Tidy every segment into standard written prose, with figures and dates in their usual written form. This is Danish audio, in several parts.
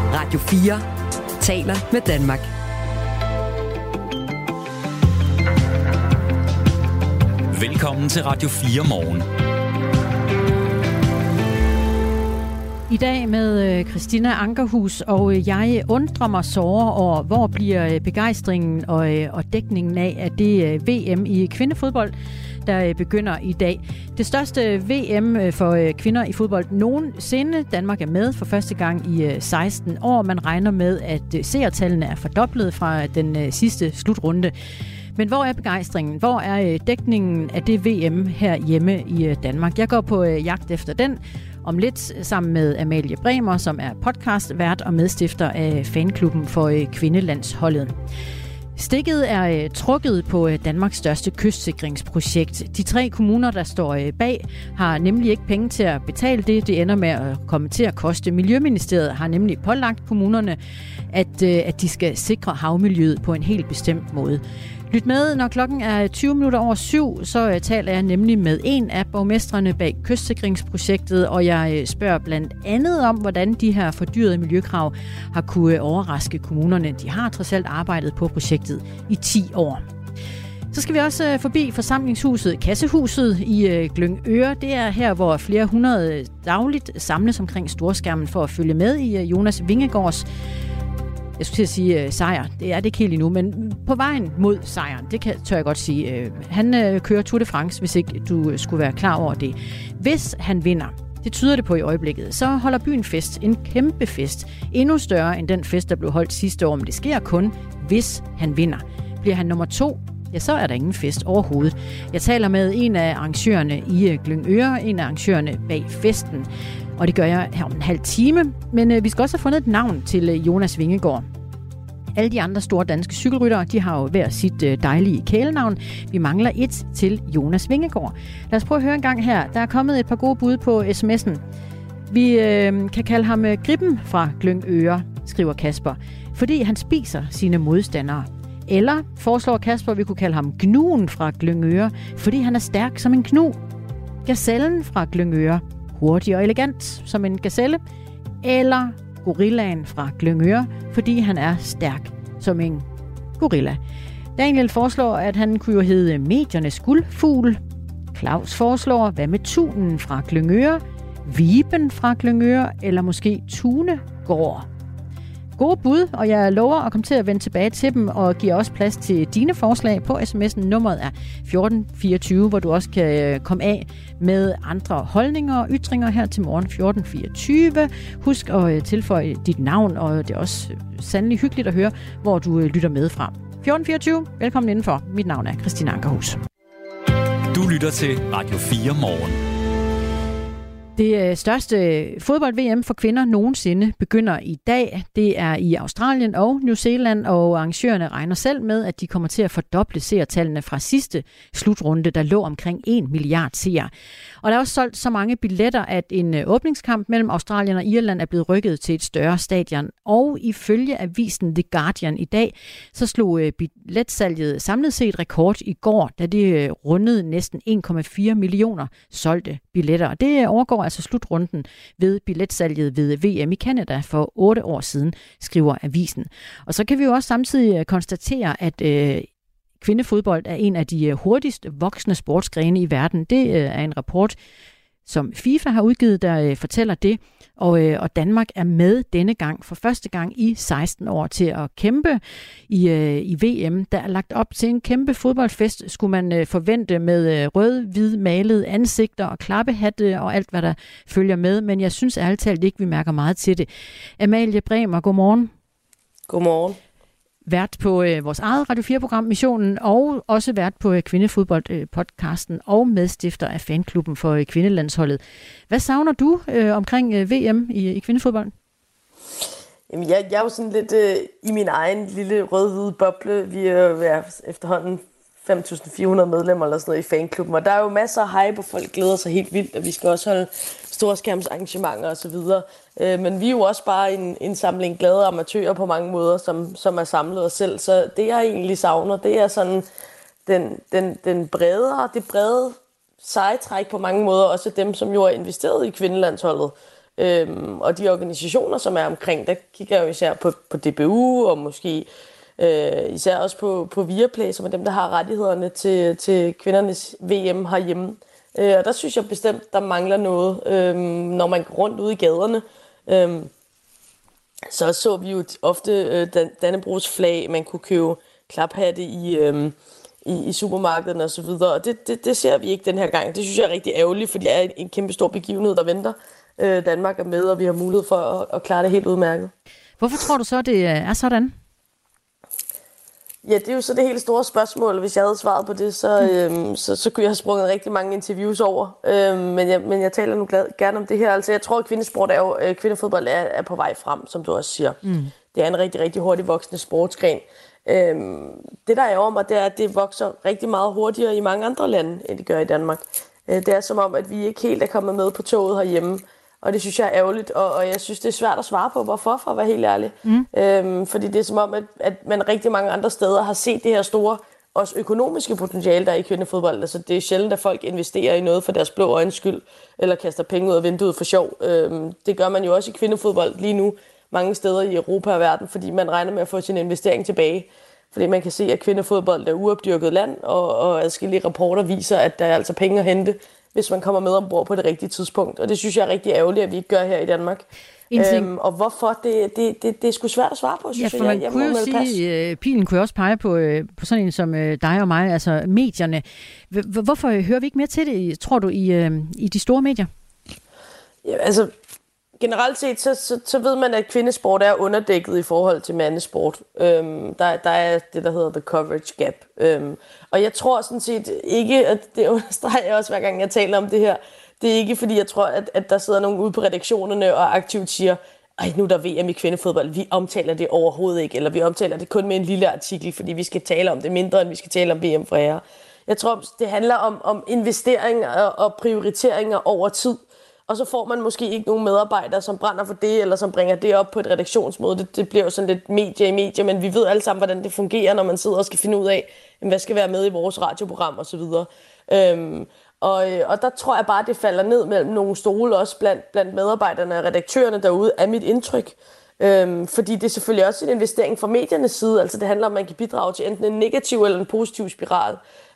Radio 4 taler med Danmark. Velkommen til Radio 4 morgen. I dag med Christina Ankerhus, og jeg undrer mig såre over, hvor bliver begejstringen og dækningen af det VM i kvindefodbold, der begynder i dag. Det største VM for kvinder i fodbold nogensinde. Danmark er med for første gang i 16 år. Man regner med, at seertallene er fordoblet fra den sidste slutrunde. Men hvor er begejstringen? Hvor er dækningen af det VM her hjemme i Danmark? Jeg går på jagt efter den om lidt sammen med Amalie Bremer, som er podcastvært og medstifter af fanklubben for kvindelandsholdet. Stikket er trukket på Danmarks største kystsikringsprojekt. De 3 kommuner, der står bag, har nemlig ikke penge til at betale det. Det ender med at komme til at koste. Miljøministeriet har nemlig pålagt kommunerne, at de skal sikre havmiljøet på en helt bestemt måde. Lyt med, når klokken er 7:20, så taler jeg nemlig med en af borgmestrene bag kystsikringsprojektet, og jeg spørger blandt andet om, hvordan de her fordyrede miljøkrav har kunne overraske kommunerne. De har trods alt arbejdet på projektet i 10 år. Så skal vi også forbi forsamlingshuset, Kassehuset i Glyngøre. Det er her, hvor flere hundrede dagligt samles omkring storskærmen for at følge med i Jonas Vingegaards, jeg skulle til at sige sejr. Det er det ikke helt endnu, men på vejen mod sejren, tør jeg godt sige. Han kører Tour de France, hvis ikke du skulle være klar over det. Hvis han vinder, det tyder det på i øjeblikket, så holder byen fest. En kæmpe fest. Endnu større end den fest, der blev holdt sidste år, men det sker kun, hvis han vinder. Bliver han nummer 2, ja, så er der ingen fest overhovedet. Jeg taler med en af arrangørerne i Glyngøre, en af arrangørerne bag festen. Og det gør jeg her om en halv time. Men vi skal også have fundet et navn til Jonas Vingegaard. Alle de andre store danske cykelryttere, de har jo hver sit dejlige kælenavn. Vi mangler et til Jonas Vingegaard. Lad os prøve at høre en gang her. Der er kommet et par gode bud på sms'en. Vi kan kalde ham Gribben fra Glyngøre, skriver Kasper, fordi han spiser sine modstandere. Eller foreslår Kasper, at vi kunne kalde ham Gnuen fra Glyngøre, fordi han er stærk som en gnu. Gazellen fra Glyngøre, hurtig og elegant som en gazelle. Eller gorillaen fra Glyngøre, fordi han er stærk som en gorilla. Daniel foreslår, at han kunne jo hedde mediernes guldfugl. Claus foreslår, hvad med Tunen fra Glyngøre, Viben fra Glyngøre, eller måske Tunegård. Gode bud, og jeg lover at komme til at vende tilbage til dem, og giver også plads til dine forslag på sms'en. Nummeret er 1424, hvor du også kan komme af med andre holdninger og ytringer her til morgen 1424. Husk at tilføje dit navn, og det er også sandelig hyggeligt at høre, hvor du lytter med fra. 1424, velkommen indenfor. Mit navn er Christina Ankerhus. Du lytter til Radio 4 morgen. Det største fodbold-VM for kvinder nogensinde begynder i dag. Det er i Australien og New Zealand, og arrangørerne regner selv med, at de kommer til at fordoble seertallene fra sidste slutrunde, der lå omkring 1 milliard seere. Og der er også solgt så mange billetter, at en åbningskamp mellem Australien og Irland er blevet rykket til et større stadion. Og ifølge avisen The Guardian i dag, så slog billetsalget samlet set rekord i går, da det rundede næsten 1,4 millioner solgte billetter. Og det overgår altså slutrunden ved billetsalget ved VM i Canada for 8 år siden, skriver avisen. Og så kan vi jo også samtidig konstatere, at kvindefodbold er en af de hurtigst voksende sportsgrene i verden. Det er en rapport, som FIFA har udgivet, der fortæller det. Og Danmark er med denne gang for første gang i 16 år til at kæmpe i VM. Der er lagt op til en kæmpe fodboldfest, skulle man forvente, med rød-hvid malede ansigter og klappehatte og alt, hvad der følger med. Men jeg synes ærligt talt ikke, vi mærker meget til det. Amalie Bremer, godmorgen. Godmorgen. Vært på vores eget Radio 4-program Missionen, og også vært på Kvindefodbold-podcasten og medstifter af fanklubben for kvindelandsholdet. Hvad savner du omkring VM i kvindefodbold? Jamen, jeg er jo sådan lidt i min egen lille rød-hvide boble. Vi er jo efterhånden 5.400 medlemmer eller sådan noget i fanklubben, og der er jo masser af hype, og folk glæder sig helt vildt, og vi skal også holde storskærmsarrangementer og så videre. Men vi er jo også bare en samling glade amatører på mange måder, som er samlet os selv. Så det jeg egentlig savner, det er sådan det brede sejtræk på mange måder, også dem, som jo er investeret i kvindelandsholdet. Og de organisationer, som er omkring, der kigger jeg jo især på DBU, og måske især også på Viaplay, som er dem, der har rettighederne til kvindernes VM herhjemme. Og der synes jeg bestemt, der mangler noget, når man går rundt ude i gaderne. Så vi jo ofte Dannebrogs flag, man kunne købe klaphatte i supermarkederne og så videre. Og det ser vi ikke den her gang. Det synes jeg er rigtig ærgerligt, fordi det er en kæmpe stor begivenhed, der venter. Danmark er med, og vi har mulighed for at klare det helt udmærket. Hvorfor tror du så, det er sådan? Ja, det er jo så det helt store spørgsmål. Hvis jeg havde svaret på det, så kunne jeg have sprunget rigtig mange interviews over. Men jeg taler nu gerne om det her. Altså, jeg tror, at kvindefodbold er på vej frem, som du også siger. Det er en rigtig, rigtig hurtigt voksende sportsgren. Det, der ærger mig, det er, at det vokser rigtig meget hurtigere i mange andre lande, end det gør i Danmark. Det er som om, at vi ikke helt er kommet med på toget herhjemme. Og det synes jeg er ærgerligt, og jeg synes, det er svært at svare på, hvorfor, for at være helt ærlig. Fordi det er som om, at man rigtig mange andre steder har set det her store, også økonomiske potentiale, der er i kvindefodbold. Altså, det er sjældent, at folk investerer i noget for deres blå øjens skyld, eller kaster penge ud af vinduet for sjov. Det gør man jo også i kvindefodbold lige nu, mange steder i Europa og verden, fordi man regner med at få sin investering tilbage. Fordi man kan se, at kvindefodbold er uopdyrket land, og adskillige rapporter viser, at der er altså penge at hente, hvis man kommer med ombord på det rigtige tidspunkt. Og det synes jeg er rigtig ærgerligt, at vi ikke gør her i Danmark. Og hvorfor, det er sgu svært at svare på, synes jeg. Man kunne jo sige, pilen kunne også pege på sådan en som dig og mig, altså medierne. Hvorfor hører vi ikke mere til det, tror du, i de store medier? Ja, altså, generelt set, så ved man, at kvindesport er underdækket i forhold til mandesport. Der er det, der hedder the coverage gap. Og jeg tror sådan set ikke, at det understreger jeg også, hver gang jeg taler om det her, det er ikke, fordi jeg tror, at der sidder nogen ude på redaktionerne og aktivt siger, nu er der VM i kvindefodbold, vi omtaler det overhovedet ikke, eller vi omtaler det kun med en lille artikel, fordi vi skal tale om det mindre, end vi skal tale om VM for herrer. Jeg tror, det handler om investeringer og prioriteringer over tid. Og så får man måske ikke nogen medarbejdere, som brænder for det, eller som bringer det op på et redaktionsmøde. Det bliver jo sådan lidt medie i medie, men vi ved alle sammen, hvordan det fungerer, når man sidder og skal finde ud af, hvad skal være med i vores radioprogram osv. Og der tror jeg bare, det falder ned mellem nogle stole, også blandt medarbejderne og redaktørerne derude, er mit indtryk. Fordi det er selvfølgelig også en investering fra mediernes side. Altså det handler om, at man kan bidrage til enten en negativ eller en positiv spiral.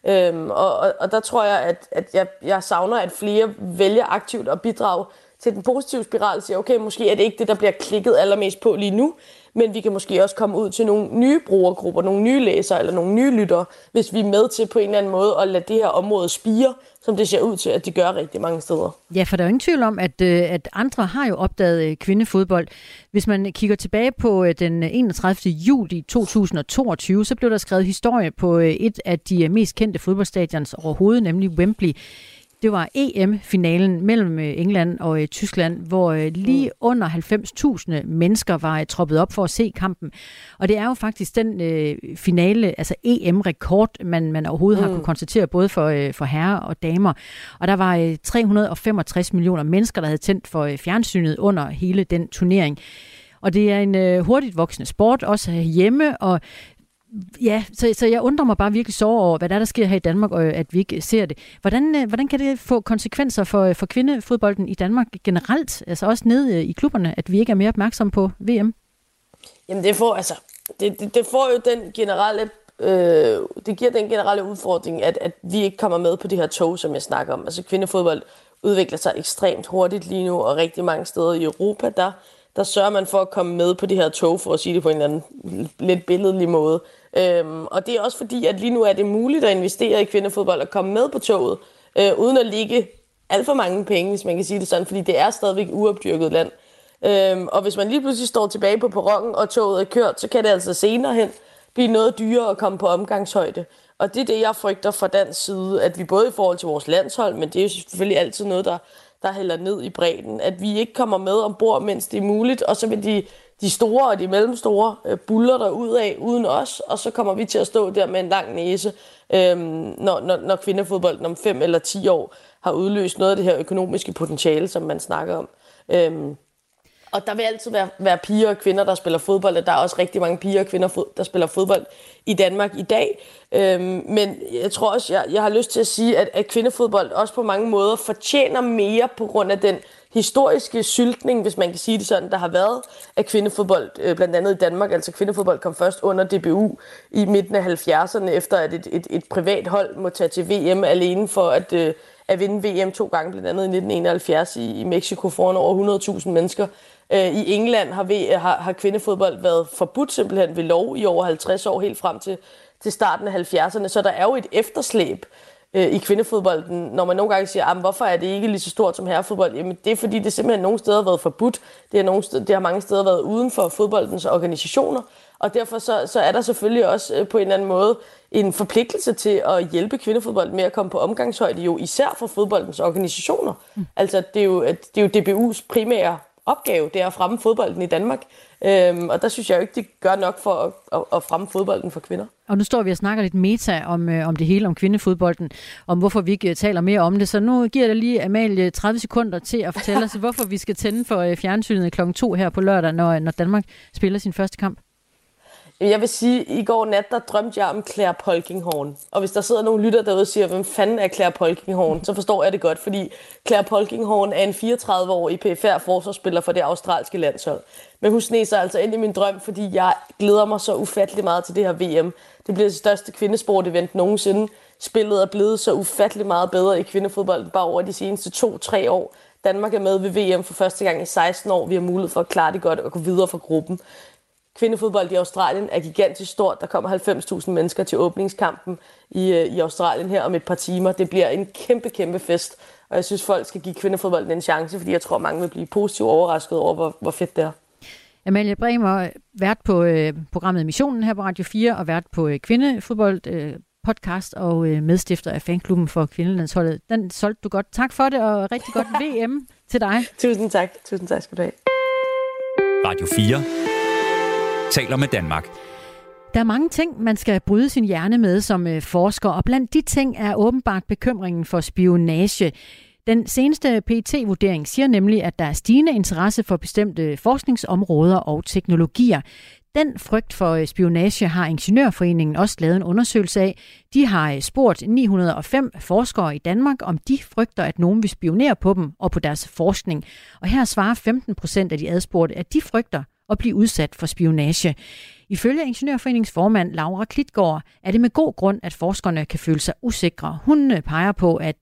Og der tror jeg, at jeg savner, at flere vælger aktivt at bidrage til den positive spiral. Siger, okay, måske er det ikke det, der bliver klikket allermest på lige nu, men vi kan måske også komme ud til nogle nye brugergrupper, nogle nye læsere eller nogle nye lyttere, hvis vi er med til på en eller anden måde at lade det her område spire, som det ser ud til, at de gør rigtig mange steder. Ja, for der er jo ingen tvivl om, at andre har jo opdaget kvindefodbold. Hvis man kigger tilbage på den 31. juli 2022, så blev der skrevet historie på et af de mest kendte fodboldstadions overhovedet, nemlig Wembley. Det var EM-finalen mellem England og Tyskland, hvor lige under 90.000 mennesker var troppet op for at se kampen. Og det er jo faktisk den finale, altså EM-rekord, man overhovedet har kunne konstatere, både for herrer og damer. Og der var 365 millioner mennesker, der havde tændt for fjernsynet under hele den turnering. Og det er en hurtigt voksende sport, også hjemme, og ja, så jeg undrer mig bare virkelig så over, hvad der sker her i Danmark, og at vi ikke ser det. Hvordan kan det få konsekvenser for kvindefodbolden i Danmark generelt, altså også nede i klubberne, at vi ikke er mere opmærksomme på VM? Jamen det får jo den generelle, det giver den generelle udfordring, at vi ikke kommer med på det her tog, som jeg snakker om. Altså kvindefodbold udvikler sig ekstremt hurtigt lige nu, og rigtig mange steder i Europa, der sørger man for at komme med på det her tog, for at sige det på en eller anden lidt billedlig måde. Og det er også fordi, at lige nu er det muligt at investere i kvindefodbold og komme med på toget, uden at ligge alt for mange penge, hvis man kan sige det sådan, fordi det er stadigvæk uopdyrket land. Og hvis man lige pludselig står tilbage på perronen, og toget er kørt, så kan det altså senere hen blive noget dyrere at komme på omgangshøjde. Og det er det, jeg frygter fra dansk side, at vi både i forhold til vores landshold, men det er jo selvfølgelig altid noget, der hælder ned i bredden, at vi ikke kommer med ombord, mens det er muligt, og så vil de store og de mellemstore buller der ud af uden os, og så kommer vi til at stå der med en lang næse, når kvindefodbolden om 5 eller 10 år har udløst noget af det her økonomiske potentiale, som man snakker om. Og der vil altid være piger og kvinder, der spiller fodbold, og der er også rigtig mange piger og kvinder, der spiller fodbold i Danmark i dag. Men jeg tror også, jeg har lyst til at sige, at kvindefodbold også på mange måder fortjener mere på grund af den historiske syltning, hvis man kan sige det sådan, der har været af kvindefodbold, blandt andet i Danmark. Altså kvindefodbold kom først under DBU i midten af 70'erne, efter at et privat hold må tage til VM alene for at vinde VM 2 gange, blandt andet i 1971 i Mexico foran over 100.000 mennesker. I England har kvindefodbold været forbudt simpelthen ved lov i over 50 år, helt frem til starten af 70'erne. Så der er jo et efterslæb i kvindefodbolden, når man nogle gange siger, hvorfor er det ikke lige så stort som herrefodbold? Jamen det er fordi, det simpelthen nogle steder har været forbudt. Det har mange steder været uden for fodboldens organisationer, og derfor så er der selvfølgelig også på en eller anden måde en forpligtelse til at hjælpe kvindefodbold med at komme på omgangshøjde, jo især for fodboldens organisationer. Altså det er jo DBU's primære opgave, det er at fremme fodbolden i Danmark. Og der synes jeg jo ikke, de gør nok for at fremme fodbolden for kvinder. Og nu står vi og snakker lidt meta om det hele, om kvindefodbolden, om hvorfor vi ikke taler mere om det. Så nu giver jeg lige Amalie 30 sekunder til at fortælle os, hvorfor vi skal tænde for fjernsynet kl. 2 her på lørdag, når Danmark spiller sin første kamp. Jeg vil sige, at i går nat, der drømte jeg om Claire Polkinghorne. Og hvis der sidder nogle lytter derude og siger, hvem fanden er Claire Polkinghorne, så forstår jeg det godt, fordi Claire Polkinghorne er en 34-årig PFR-forsvarsspiller for det australske landshold. Men hun sneg sig altså ind i min drøm, fordi jeg glæder mig så ufattelig meget til det her VM. Det bliver det største kvindesport-event nogensinde. Spillet er blevet så ufattelig meget bedre i kvindefodbold bare over de seneste 2-3 år. Danmark er med ved VM for første gang i 16 år. Vi har mulighed for at klare det godt og gå videre fra gruppen. Kvindefodbold i Australien er gigantisk stort. Der kommer 90.000 mennesker til åbningskampen i Australien her om et par timer. Det bliver en kæmpe fest, og jeg synes, folk skal give kvindefodbolden en chance, fordi jeg tror, mange vil blive positivt overrasket over, hvor fedt det er. Amalie Bremer, vært på programmet Missionen her på Radio 4, og vært på kvindefodbold podcast og medstifter af fanklubben for kvindelandsholdet. Den solgte du godt. Tak for det, og rigtig godt VM til dig. Tusind tak skal du have. Radio 4 taler med Danmark. Der er mange ting, man skal bryde sin hjerne med som forsker, og blandt de ting er åbenbart bekymringen for spionage. Den seneste PET-vurdering siger nemlig, at der er stigende interesse for bestemte forskningsområder og teknologier. Den frygt for spionage har Ingeniørforeningen også lavet en undersøgelse af. De har spurgt 905 forskere i Danmark, om de frygter, at nogen vil spionere på dem og på deres forskning. Og her svarer 15% af de adspurgte, at de frygter at blive udsat for spionage. Ifølge Ingeniørforeningens formand Laura Klitgaard er det med god grund, at forskerne kan føle sig usikre. Hun peger på, at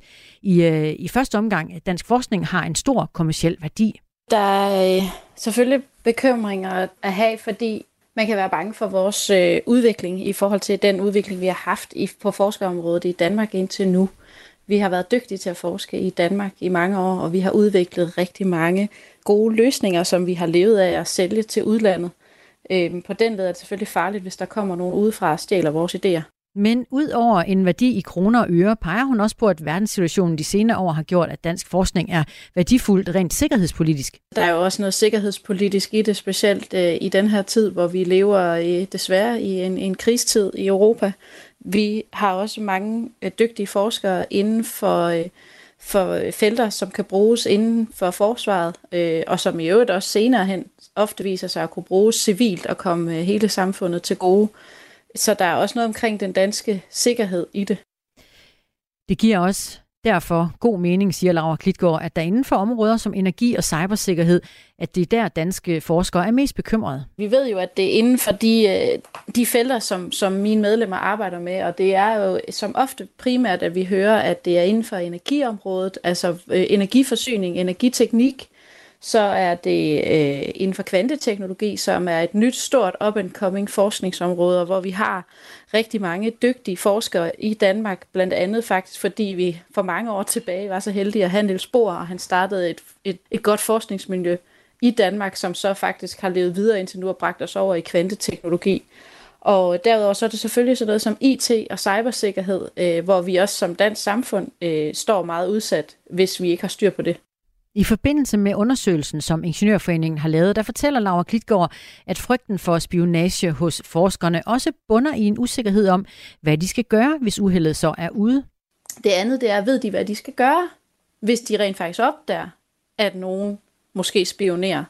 i første omgang dansk forskning har en stor kommerciel værdi. Der er selvfølgelig bekymringer at have, fordi man kan være bange for vores udvikling i forhold til den udvikling, vi har haft på forskerområdet i Danmark indtil nu. Vi har været dygtige til at forske i Danmark i mange år, og vi har udviklet rigtig mange gode løsninger, som vi har levet af at sælge til udlandet. På den led er det selvfølgelig farligt, hvis der kommer nogen udefra og stjæler vores idéer. Men ud over en værdi i kroner og øre, peger hun også på, at verdenssituationen de senere år har gjort, at dansk forskning er værdifuldt rent sikkerhedspolitisk. Der er jo også noget sikkerhedspolitisk i det, specielt i den her tid, hvor vi lever desværre i en krigstid i Europa. Vi har også mange dygtige forskere inden for felter, som kan bruges inden for forsvaret, og som i øvrigt også senere hen ofte viser sig at kunne bruges civilt og komme hele samfundet til gode. Så der er også noget omkring den danske sikkerhed i det. Det giver også derfor god mening, siger Laura Klitgaard, at der inden for områder som energi og cybersikkerhed, at det er der danske forskere er mest bekymrede. Vi ved jo, at det er inden for de felter, som mine medlemmer arbejder med, og det er jo som ofte primært, at vi hører, at det er inden for energiområdet, altså energiforsyning, energiteknik. Så er det inden for kvanteteknologi, som er et nyt, stort up-and-coming forskningsområde, hvor vi har rigtig mange dygtige forskere i Danmark, blandt andet faktisk, fordi vi for mange år tilbage var så heldige at have Niels Bohr, og han startede et godt forskningsmiljø i Danmark, som så faktisk har levet videre indtil nu og bragt os over i kvanteteknologi. Og derudover så er det selvfølgelig sådan noget som IT og cybersikkerhed, hvor vi også som dansk samfund står meget udsat, hvis vi ikke har styr på det. I forbindelse med undersøgelsen, som Ingeniørforeningen har lavet, der fortæller Laura Klitgaard, at frygten for spionage hos forskerne også bunder i en usikkerhed om, hvad de skal gøre, hvis uheldet så er ude. Det andet, det er, ved de, hvad de skal gøre, hvis de rent faktisk opdager, at nogen måske spionerer.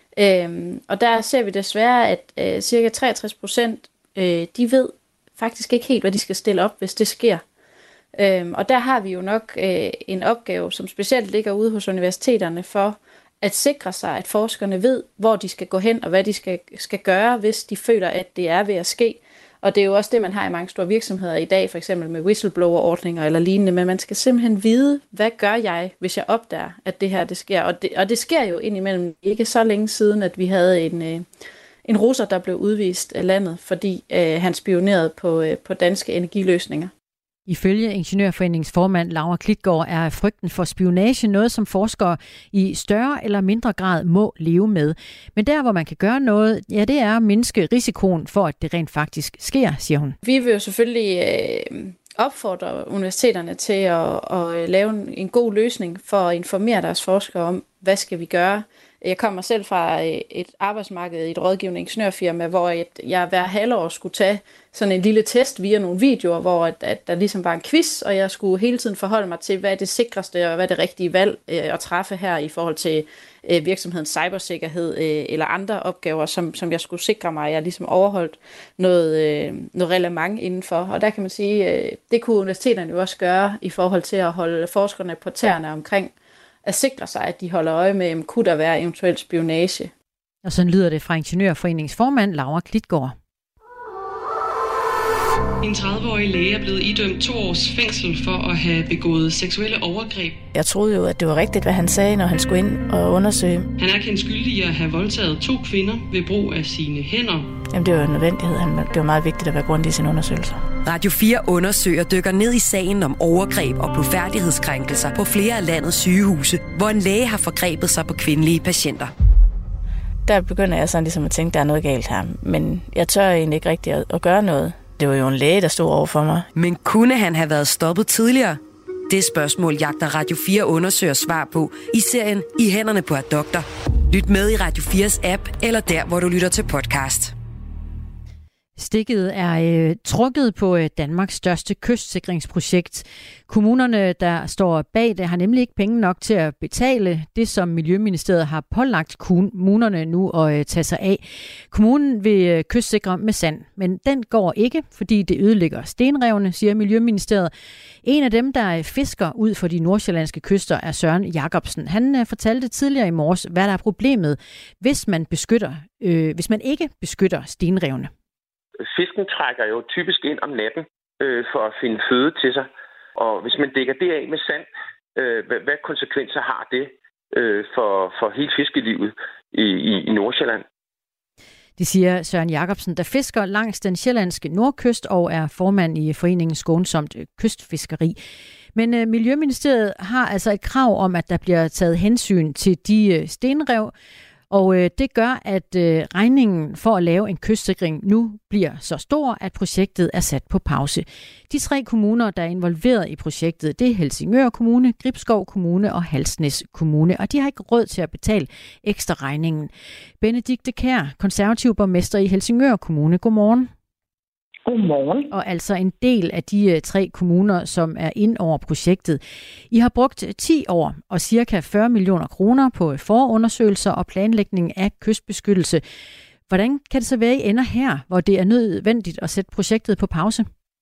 Og der ser vi desværre, at cirka 63%, de ved faktisk ikke helt, hvad de skal stille op, hvis det sker. Og der har vi jo nok en opgave, som specielt ligger ude hos universiteterne for at sikre sig, at forskerne ved, hvor de skal gå hen og hvad de skal gøre, hvis de føler, at det er ved at ske. Og det er jo også det, man har i mange store virksomheder i dag, for eksempel med whistleblower-ordninger eller lignende, men man skal simpelthen vide, hvad gør jeg, hvis jeg opdager, at det her det sker. Og det sker jo indimellem ikke så længe siden, at vi havde en russer, der blev udvist af landet, fordi han spionerede på danske energiløsninger. Ifølge Ingeniørforeningens formand Laura Klitgaard er frygten for spionage noget, som forskere i større eller mindre grad må leve med. Men der, hvor man kan gøre noget, ja, det er at mindske risikoen for, at det rent faktisk sker, siger hun. Vi vil jo selvfølgelig opfordre universiteterne til at lave en god løsning for at informere deres forskere om, hvad skal vi gøre. Jeg kommer selv fra et arbejdsmarked i et rådgivende ingeniørfirma, hvor jeg hver halvår skulle tage sådan en lille test via nogle videoer, hvor at der ligesom var en quiz, og jeg skulle hele tiden forholde mig til, hvad er det sikreste og hvad er det rigtige valg at træffe her i forhold til virksomhedens cybersikkerhed eller andre opgaver, som jeg skulle sikre mig, at jeg ligesom overholdt noget relevant indenfor. Og der kan man sige, det kunne universiteterne jo også gøre i forhold til at holde forskerne på tæerne omkring at sikre sig, at de holder øje med, kunne der være eventuelt spionage. Og sådan lyder det fra Ingeniørforeningens formand Laura Klitgaard. En 30-årig læge er blevet idømt 2 års fængsel for at have begået seksuelle overgreb. Jeg troede jo, at det var rigtigt, hvad han sagde, når han skulle ind og undersøge. Han er kendt skyldig i at have voldtaget 2 kvinder ved brug af sine hænder. Jamen, det var en nødvendighed. Det var meget vigtigt at være grundig i sine undersøgelser. Radio 4 undersøger dykker ned i sagen om overgreb og blufærdighedskrænkelser på flere af landets sygehuse, hvor en læge har forgrebet sig på kvindelige patienter. Der begynder jeg sådan ligesom at tænke, at der er noget galt her. Men jeg tør egentlig ikke rigtig at gøre noget. Det var jo en læge, der stod over for mig. Men kunne han have været stoppet tidligere? Det spørgsmål jagter Radio 4 undersøger svar på i serien I hænderne på et doktor. Lyt med i Radio 4's app eller der, hvor du lytter til podcast. Stikket er trukket på Danmarks største kystsikringsprojekt. Kommunerne, der står bag det, har nemlig ikke penge nok til at betale det, som Miljøministeriet har pålagt kommunerne nu at tage sig af. Kommunen vil kystsikre med sand, men den går ikke, fordi det ødelægger stenrevene, siger Miljøministeriet. En af dem, der fisker ud for de nordsjællandske kyster, er Søren Jacobsen. Han fortalte tidligere i morges, hvad der er problemet, hvis man ikke beskytter stenrevene. Fisken trækker jo typisk ind om natten for at finde føde til sig. Og hvis man dækker det af med sand, hvad konsekvenser har det for hele fiskelivet i Nordsjælland? Det siger Søren Jacobsen, der fisker langs den sjællandske nordkyst og er formand i foreningen Skånsomt Kystfiskeri. Men Miljøministeriet har altså et krav om, at der bliver taget hensyn til de stenrev, og det gør, at regningen for at lave en kystsikring nu bliver så stor, at projektet er sat på pause. De 3 kommuner, der er involveret i projektet, det er Helsingør Kommune, Gribskov Kommune og Halsnæs Kommune, og de har ikke råd til at betale ekstra regningen. Benedikte Kjær, konservativ borgmester i Helsingør Kommune. Godmorgen. Godmorgen. Og altså en del af de 3 kommuner, som er ind over projektet. I har brugt 10 år og cirka 40 millioner kroner på forundersøgelser og planlægning af kystbeskyttelse. Hvordan kan det så være, I ender her, hvor det er nødvendigt at sætte projektet på pause?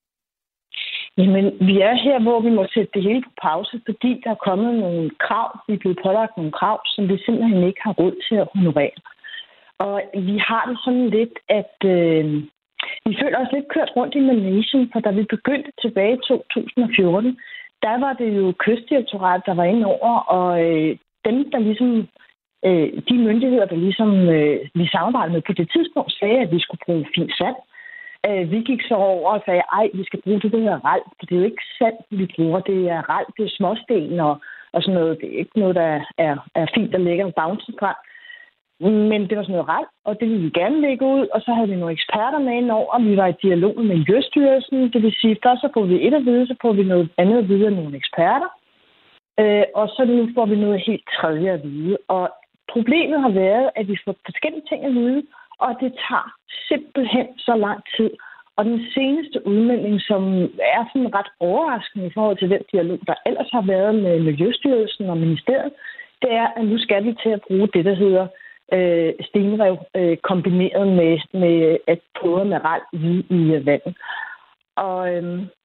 Jamen, vi er her, hvor vi må sætte det hele på pause, fordi der er kommet nogle krav. Vi er blevet pålagt nogle krav, som vi simpelthen ikke har råd til at honorere. Og vi har det sådan lidt, at vi føler os lidt kørt rundt i Malaysia, for da vi begyndte tilbage i 2014, der var det jo Kystdirektoratet, der var inde over, og dem, der ligesom, de myndigheder, der ligesom vi samarbejdede med på det tidspunkt, sagde, at vi skulle bruge fint sand. Vi gik så over og sagde, vi skal bruge det, der hedder ral, for det er jo ikke sand, vi bruger, det er ral, det er småsten og sådan noget. Det er ikke noget, der er fint, der ligger en bouncegrad. Men det var sådan noget ret, og det ville vi gerne lægge ud, og så havde vi nogle eksperter med ind over, og vi var i dialog med Miljøstyrelsen. Det vil sige, først så får vi et at vide, så får vi noget andet at vide af nogle eksperter, og så nu får vi noget helt tredje at vide. Og problemet har været, at vi får forskellige ting at vide, og det tager simpelthen så lang tid. Og den seneste udmelding, som er sådan ret overraskende i forhold til den dialog, der ellers har været med Miljøstyrelsen og ministeriet, det er, at nu skal vi til at bruge det, der hedder stenrev kombineret med at prøve med ral i vandet. Og så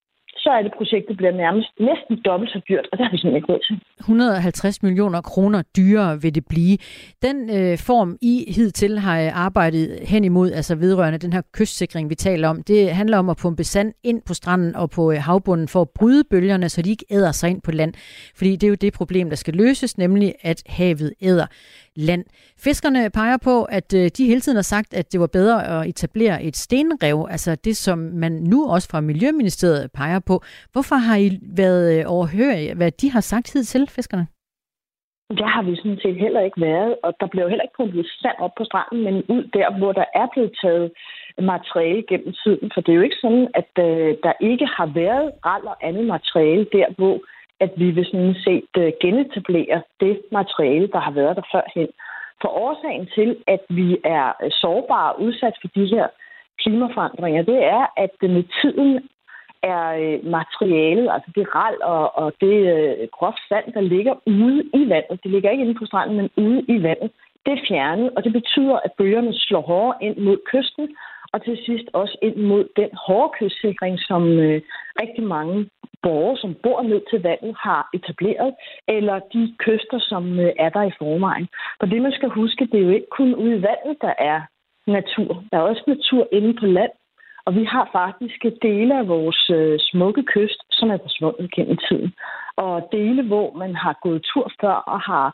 så er det projektet bliver næsten dobbelt så dyrt, og det har vi simpelthen ikke råd til. 150 millioner kroner dyrere vil det blive. Den form, I hidtil har arbejdet hen imod, altså vedrørende den her kystsikring, vi taler om, det handler om at pumpe sand ind på stranden og på havbunden for at bryde bølgerne, så de ikke æder sig ind på land. Fordi det er jo det problem, der skal løses, nemlig at havet æder land. Fiskerne peger på, at de hele tiden har sagt, at det var bedre at etablere et stenrev, altså det, som man nu også fra Miljøministeriet peger på. Hvorfor har I været overhørige, hvad de har sagt hidtil, fiskerne? Der har vi sådan set heller ikke været, og der blev heller ikke pumpet sand op på stranden, men ud der, hvor der er blevet taget materiale gennem tiden. For det er jo ikke sådan, at der ikke har været ral og andet materiale der, hvor at vi vil sådan set genetablere det materiale, der har været der førhen. For årsagen til, at vi er sårbare og udsat for de her klimaforandringer, det er, at med tiden er materialet, altså det ral og det groft sand, der ligger ude i vandet, det ligger ikke inde på stranden, men ude i vandet, det er fjernet, og det betyder, at bølgerne slår hårdere ind mod kysten, og til sidst også ind mod den hårde kystsikring, som rigtig mange borgere, som bor ned til vandet, har etableret, eller de kyster, som er der i forvejen. For det, man skal huske, det er jo ikke kun ude i vandet, der er natur. Der er også natur inde på land, og vi har faktisk dele af vores smukke kyst, som er forsvundet gennem tiden. Og dele, hvor man har gået tur før og har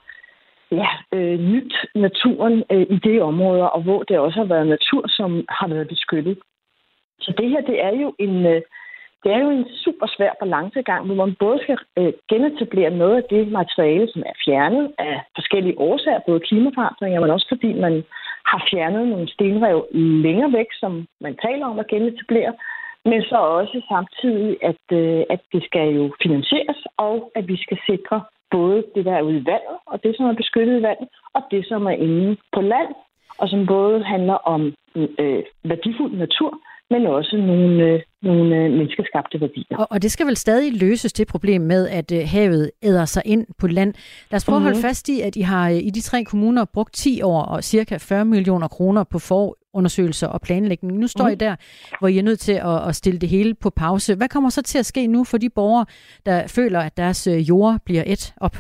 nyt naturen i det område, og hvor det også har været natur, som har været beskyttet. Så det her, det er jo en super svær balancegang, hvor man både skal genetablere noget af det materiale, som er fjernet af forskellige årsager, både klimaforandringer, men også fordi man har fjernet nogle stenrev længere væk, som man taler om at genetablere, men så også samtidig, at det skal jo finansieres, og at vi skal sikre både det, der er ude i vandet, og det, som er beskyttet i vandet, og det, som er inde på land, og som både handler om værdifuld natur, men også nogle menneskeskabte værdier. Og det skal vel stadig løses, det problem med, at havet æder sig ind på land. Lad os prøve at holde fast i, at I har i de 3 kommuner brugt 10 år og cirka 40 millioner kroner på forundersøgelser og planlægning. Nu står I der, hvor I er nødt til at stille det hele på pause. Hvad kommer så til at ske nu for de borgere, der føler, at deres jord bliver ædt op?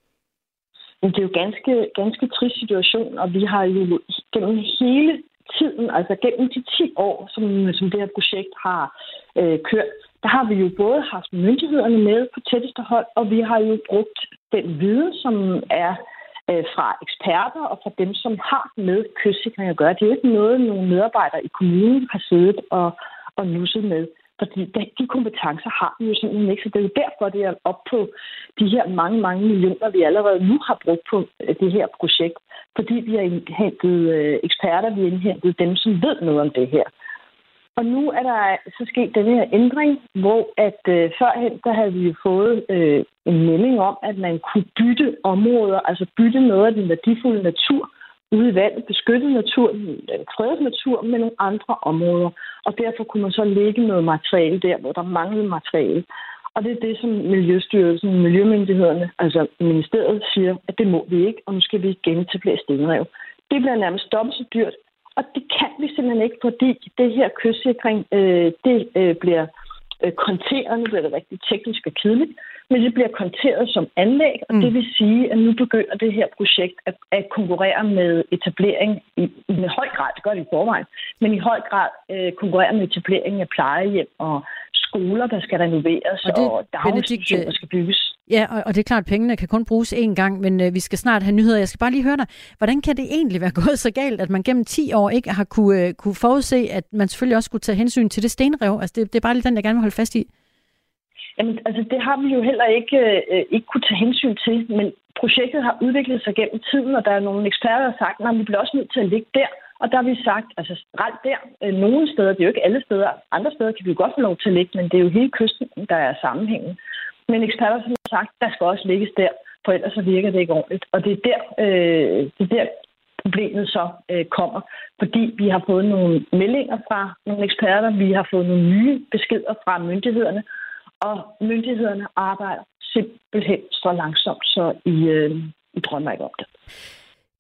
Det er jo ganske trist situation, og vi har jo gennem hele tiden, altså gennem de 10 år, som det her projekt har kørt, der har vi jo både haft myndighederne med på tætteste hold, og vi har jo brugt den viden, som er fra eksperter og fra dem, som har med kystsikring at gøre. Det er jo ikke noget, nogle medarbejdere i kommunen har siddet og nusset med. Fordi de kompetencer har vi jo simpelthen ikke, så det er jo derfor, det er op på de her mange, mange millioner, vi allerede nu har brugt på det her projekt. Fordi vi har indhentet eksperter, vi har indhentet dem, som ved noget om det her. Og nu er der så sket den her ændring, hvor at førhen, der havde vi jo fået en melding om, at man kunne bytte områder, altså bytte noget af den værdifulde natur, ude i vandet, beskyttet natur, den fredet natur med nogle andre områder. Og derfor kunne man så lægge noget materiale der, hvor der manglede materiale. Og det er det, som Miljøstyrelsen, miljømyndighederne, altså ministeriet siger, at det må vi ikke, og nu skal vi genetablere stenrev. Det bliver nærmest dobbelt så dyrt, og det kan vi simpelthen ikke, fordi det her kystsikring, det bliver konteret, nu bliver det rigtig teknisk og kedeligt, men det bliver konteret som anlæg, og det vil sige, at nu begynder det her projekt at konkurrere med etablering med høj grad, det gør det i forvejen, men i høj grad konkurrere med etablering af plejehjem og skoler, der skal renoveres, og daginstitutioner skal bygges. Ja, og det er klart, at pengene kan kun bruges én gang, men vi skal snart have nyheder. Jeg skal bare lige høre dig, hvordan kan det egentlig være gået så galt, at man gennem 10 år ikke har kunne forudse, at man selvfølgelig også skulle tage hensyn til det stenrev? Altså, det er bare lige den, jeg gerne vil holde fast i. Jamen, altså, det har vi jo heller ikke kunne tage hensyn til, men projektet har udviklet sig gennem tiden, og der er nogle eksperter, der har sagt, at vi bliver også nødt til at ligge der. Og der har vi sagt, altså ret der, nogle steder, det er jo ikke alle steder, andre steder kan vi jo godt få lov til at ligge, men det er jo hele kysten, der er sammenhængen. Men eksperter som har sagt, der skal også ligges der, for ellers så virker det ikke ordentligt. Og det er der problemet så kommer, fordi vi har fået nogle meldinger fra nogle eksperter, vi har fået nogle nye beskeder fra myndighederne, og myndighederne arbejder simpelthen så langsomt, så I drømmer ikke om det.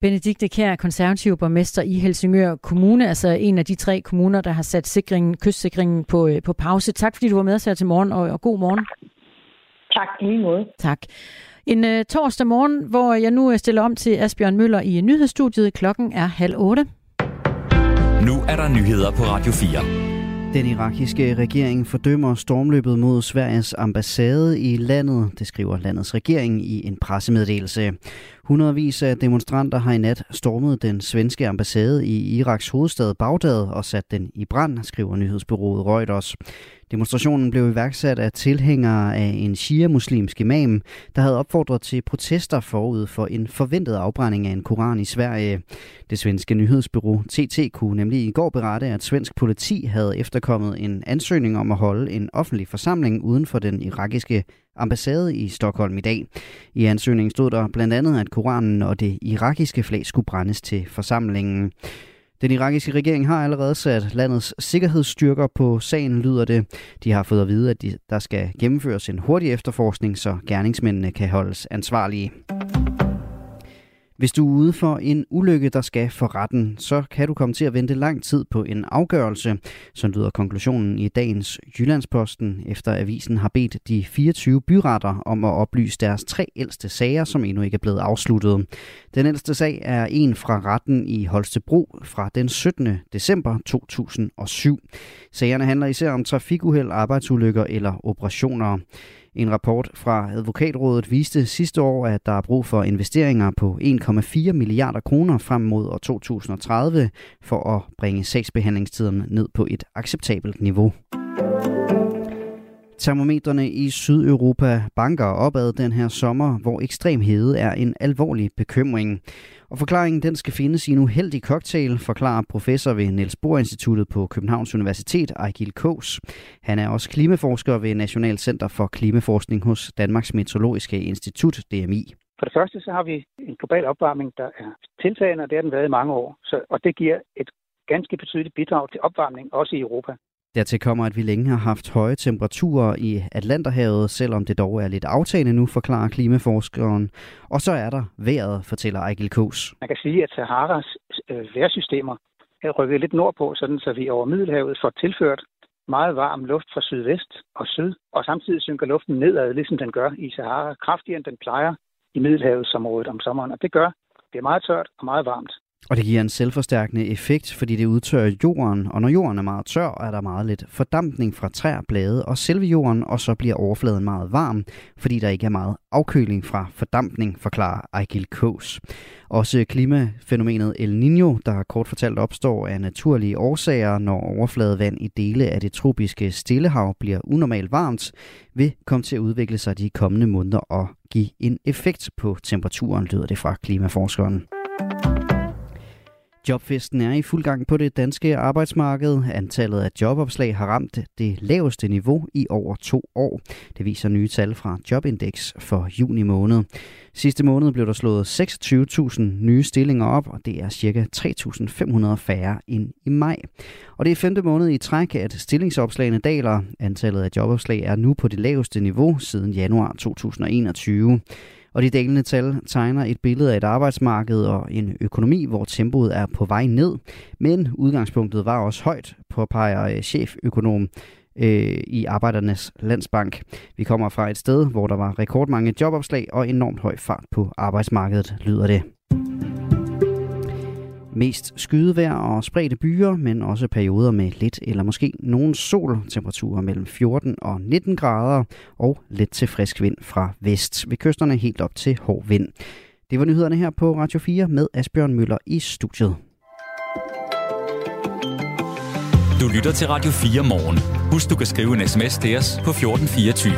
Benedikte Kjær, konservativ borgmester i Helsingør Kommune, altså en af de 3 kommuner, der har sat kystsikringen på pause. Tak fordi du var med os her til morgen, og god morgen. Tak, i lige måde. Tak. En torsdag morgen, hvor jeg nu stiller om til Asbjørn Møller i nyhedsstudiet. Klokken er 7:30. Nu er der nyheder på Radio 4. Den irakiske regering fordømmer stormløbet mod Sveriges ambassade i landet, det skriver landets regering i en pressemeddelelse. Hundredvis af demonstranter har i nat stormet den svenske ambassade i Iraks hovedstad Bagdad og sat den i brand, skriver nyhedsbureauet Reuters. Demonstrationen blev iværksat af tilhængere af en shia-muslimsk imam, der havde opfordret til protester forud for en forventet afbrænding af en koran i Sverige. Det svenske nyhedsbureau TT kunne nemlig i går berette, at svensk politi havde efterkommet en ansøgning om at holde en offentlig forsamling uden for den irakiske ambassade i Stockholm i dag. I ansøgningen stod der blandt andet, at koranen og det irakiske flag skulle brændes til forsamlingen. Den irakiske regering har allerede sat landets sikkerhedsstyrker på sagen, lyder det. De har fået at vide, at der skal gennemføres en hurtig efterforskning, så gerningsmændene kan holdes ansvarlige. Hvis du er ude for en ulykke, der skal for retten, så kan du komme til at vente lang tid på en afgørelse. Så lyder konklusionen i dagens Jyllandsposten, efter avisen har bedt de 24 byretter om at oplyse deres 3 ældste sager, som endnu ikke er blevet afsluttet. Den ældste sag er en fra retten i Holstebro fra den 17. december 2007. Sagerne handler især om trafikuheld, arbejdsulykker eller operationer. En rapport fra Advokatrådet viste sidste år, at der er brug for investeringer på 1,4 milliarder kroner frem mod år 2030 for at bringe sagsbehandlingstiden ned på et acceptabelt niveau. Termometrene i Sydeuropa banker opad den her sommer, hvor ekstrem hede er en alvorlig bekymring. Og forklaringen den skal findes i en uheldig cocktail, forklarer professor ved Niels Bohr Instituttet på Københavns Universitet, Ejgil Kaas. Han er også klimaforsker ved National Center for Klimaforskning hos Danmarks Meteorologiske Institut, DMI. For det første så har vi en global opvarmning, der er tiltagende, og det har den været i mange år. Og det giver et ganske betydeligt bidrag til opvarmning, også i Europa. Dertil kommer, at vi længe har haft høje temperaturer i Atlanterhavet, selvom det dog er lidt aftagende nu, forklarer klimaforskeren. Og så er der vejret, fortæller Ejgil Kaas. Man kan sige, at Saharas vejrsystemer er rykket lidt nordpå, sådan så vi over Middelhavet får tilført meget varm luft fra sydvest og syd, og samtidig synker luften nedad, ligesom den gør i Sahara, kraftigere end den plejer i Middelhavsområdet om sommeren. Og det gør, det er meget tørt og meget varmt. Og det giver en selvforstærkende effekt, fordi det udtørrer jorden, og når jorden er meget tør, er der meget lidt fordampning fra træer, blade og selve jorden, og så bliver overfladen meget varm, fordi der ikke er meget afkøling fra fordampning, forklarer Ejgil Kaas. Også klimafænomenet El Niño, der kort fortalt opstår af naturlige årsager, når overfladevand i dele af det tropiske Stillehav bliver unormalt varmt, vil komme til at udvikle sig de kommende måneder og give en effekt på temperaturen, lyder det fra klimaforskeren. Jobfesten er i fuld gang på det danske arbejdsmarked. Antallet af jobopslag har ramt det laveste niveau i over 2 år. Det viser nye tal fra Jobindex for juni måned. Sidste måned blev der slået 26.000 nye stillinger op, og det er ca. 3.500 færre end i maj. Og det er 5. måned i træk, at stillingsopslagene daler. Antallet af jobopslag er nu på det laveste niveau siden januar 2021. Og de dalende tal tegner et billede af et arbejdsmarked og en økonomi, hvor tempoet er på vej ned. Men udgangspunktet var også højt, påpeger cheføkonom i Arbejdernes Landsbank. Vi kommer fra et sted, hvor der var rekordmange jobopslag og enormt høj fart på arbejdsmarkedet, lyder det. Mest skydevejr og spredte byer, men også perioder med lidt eller måske nogen sol. Temperaturer mellem 14 og 19 grader og let til frisk vind fra vest. Ved kysterne helt op til hård vind. Det var nyhederne her på Radio 4 med Asbjørn Møller i studiet. Du lytter til Radio 4 morgen. Husk, du kan skrive en sms til os på 1424.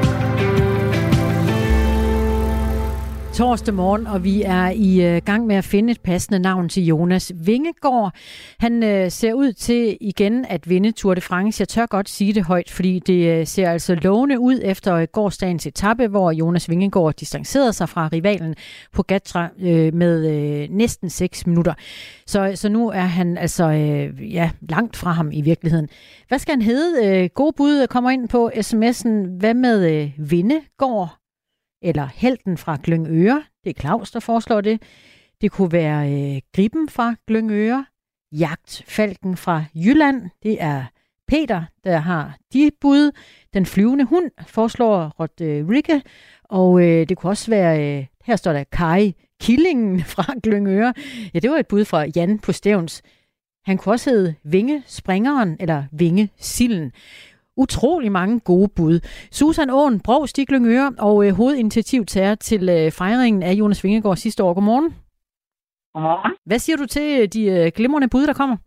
Torsdag morgen, og vi er i gang med at finde et passende navn til Jonas Vingegaard. Han ser ud til igen at vinde Tour de France. Jeg tør godt sige det højt, fordi det ser altså lovende ud efter gårsdagens etape, hvor Jonas Vingegaard distancerede sig fra rivalen Pogačar med næsten 6 minutter. Så nu er han altså langt fra ham i virkeligheden. Hvad skal han hedde? Gode bud kommer ind på sms'en. Hvad med Vingegaard? Eller helten fra Glyngøre. Det er Claus, der foreslår det. Det kunne være Gribben fra Glyngøre, Jagtfalken fra Jylland. Det er Peter, der har de bud. Den flyvende hund foreslår Rodriguez. Og det kunne også være, her står der Kai Killingen fra Glyngøre. Ja, det var et bud fra Jan på Stævns. Han kunne også hedde Vingespringeren eller Vingesilden. Utrolig mange gode bud. Susan Åen, Brovst i Glyngøre og hovedinitiativtager til fejringen af Jonas Vingegaard sidste år. Godmorgen. Godmorgen. Hvad siger du til de glimrende bud, der kommer?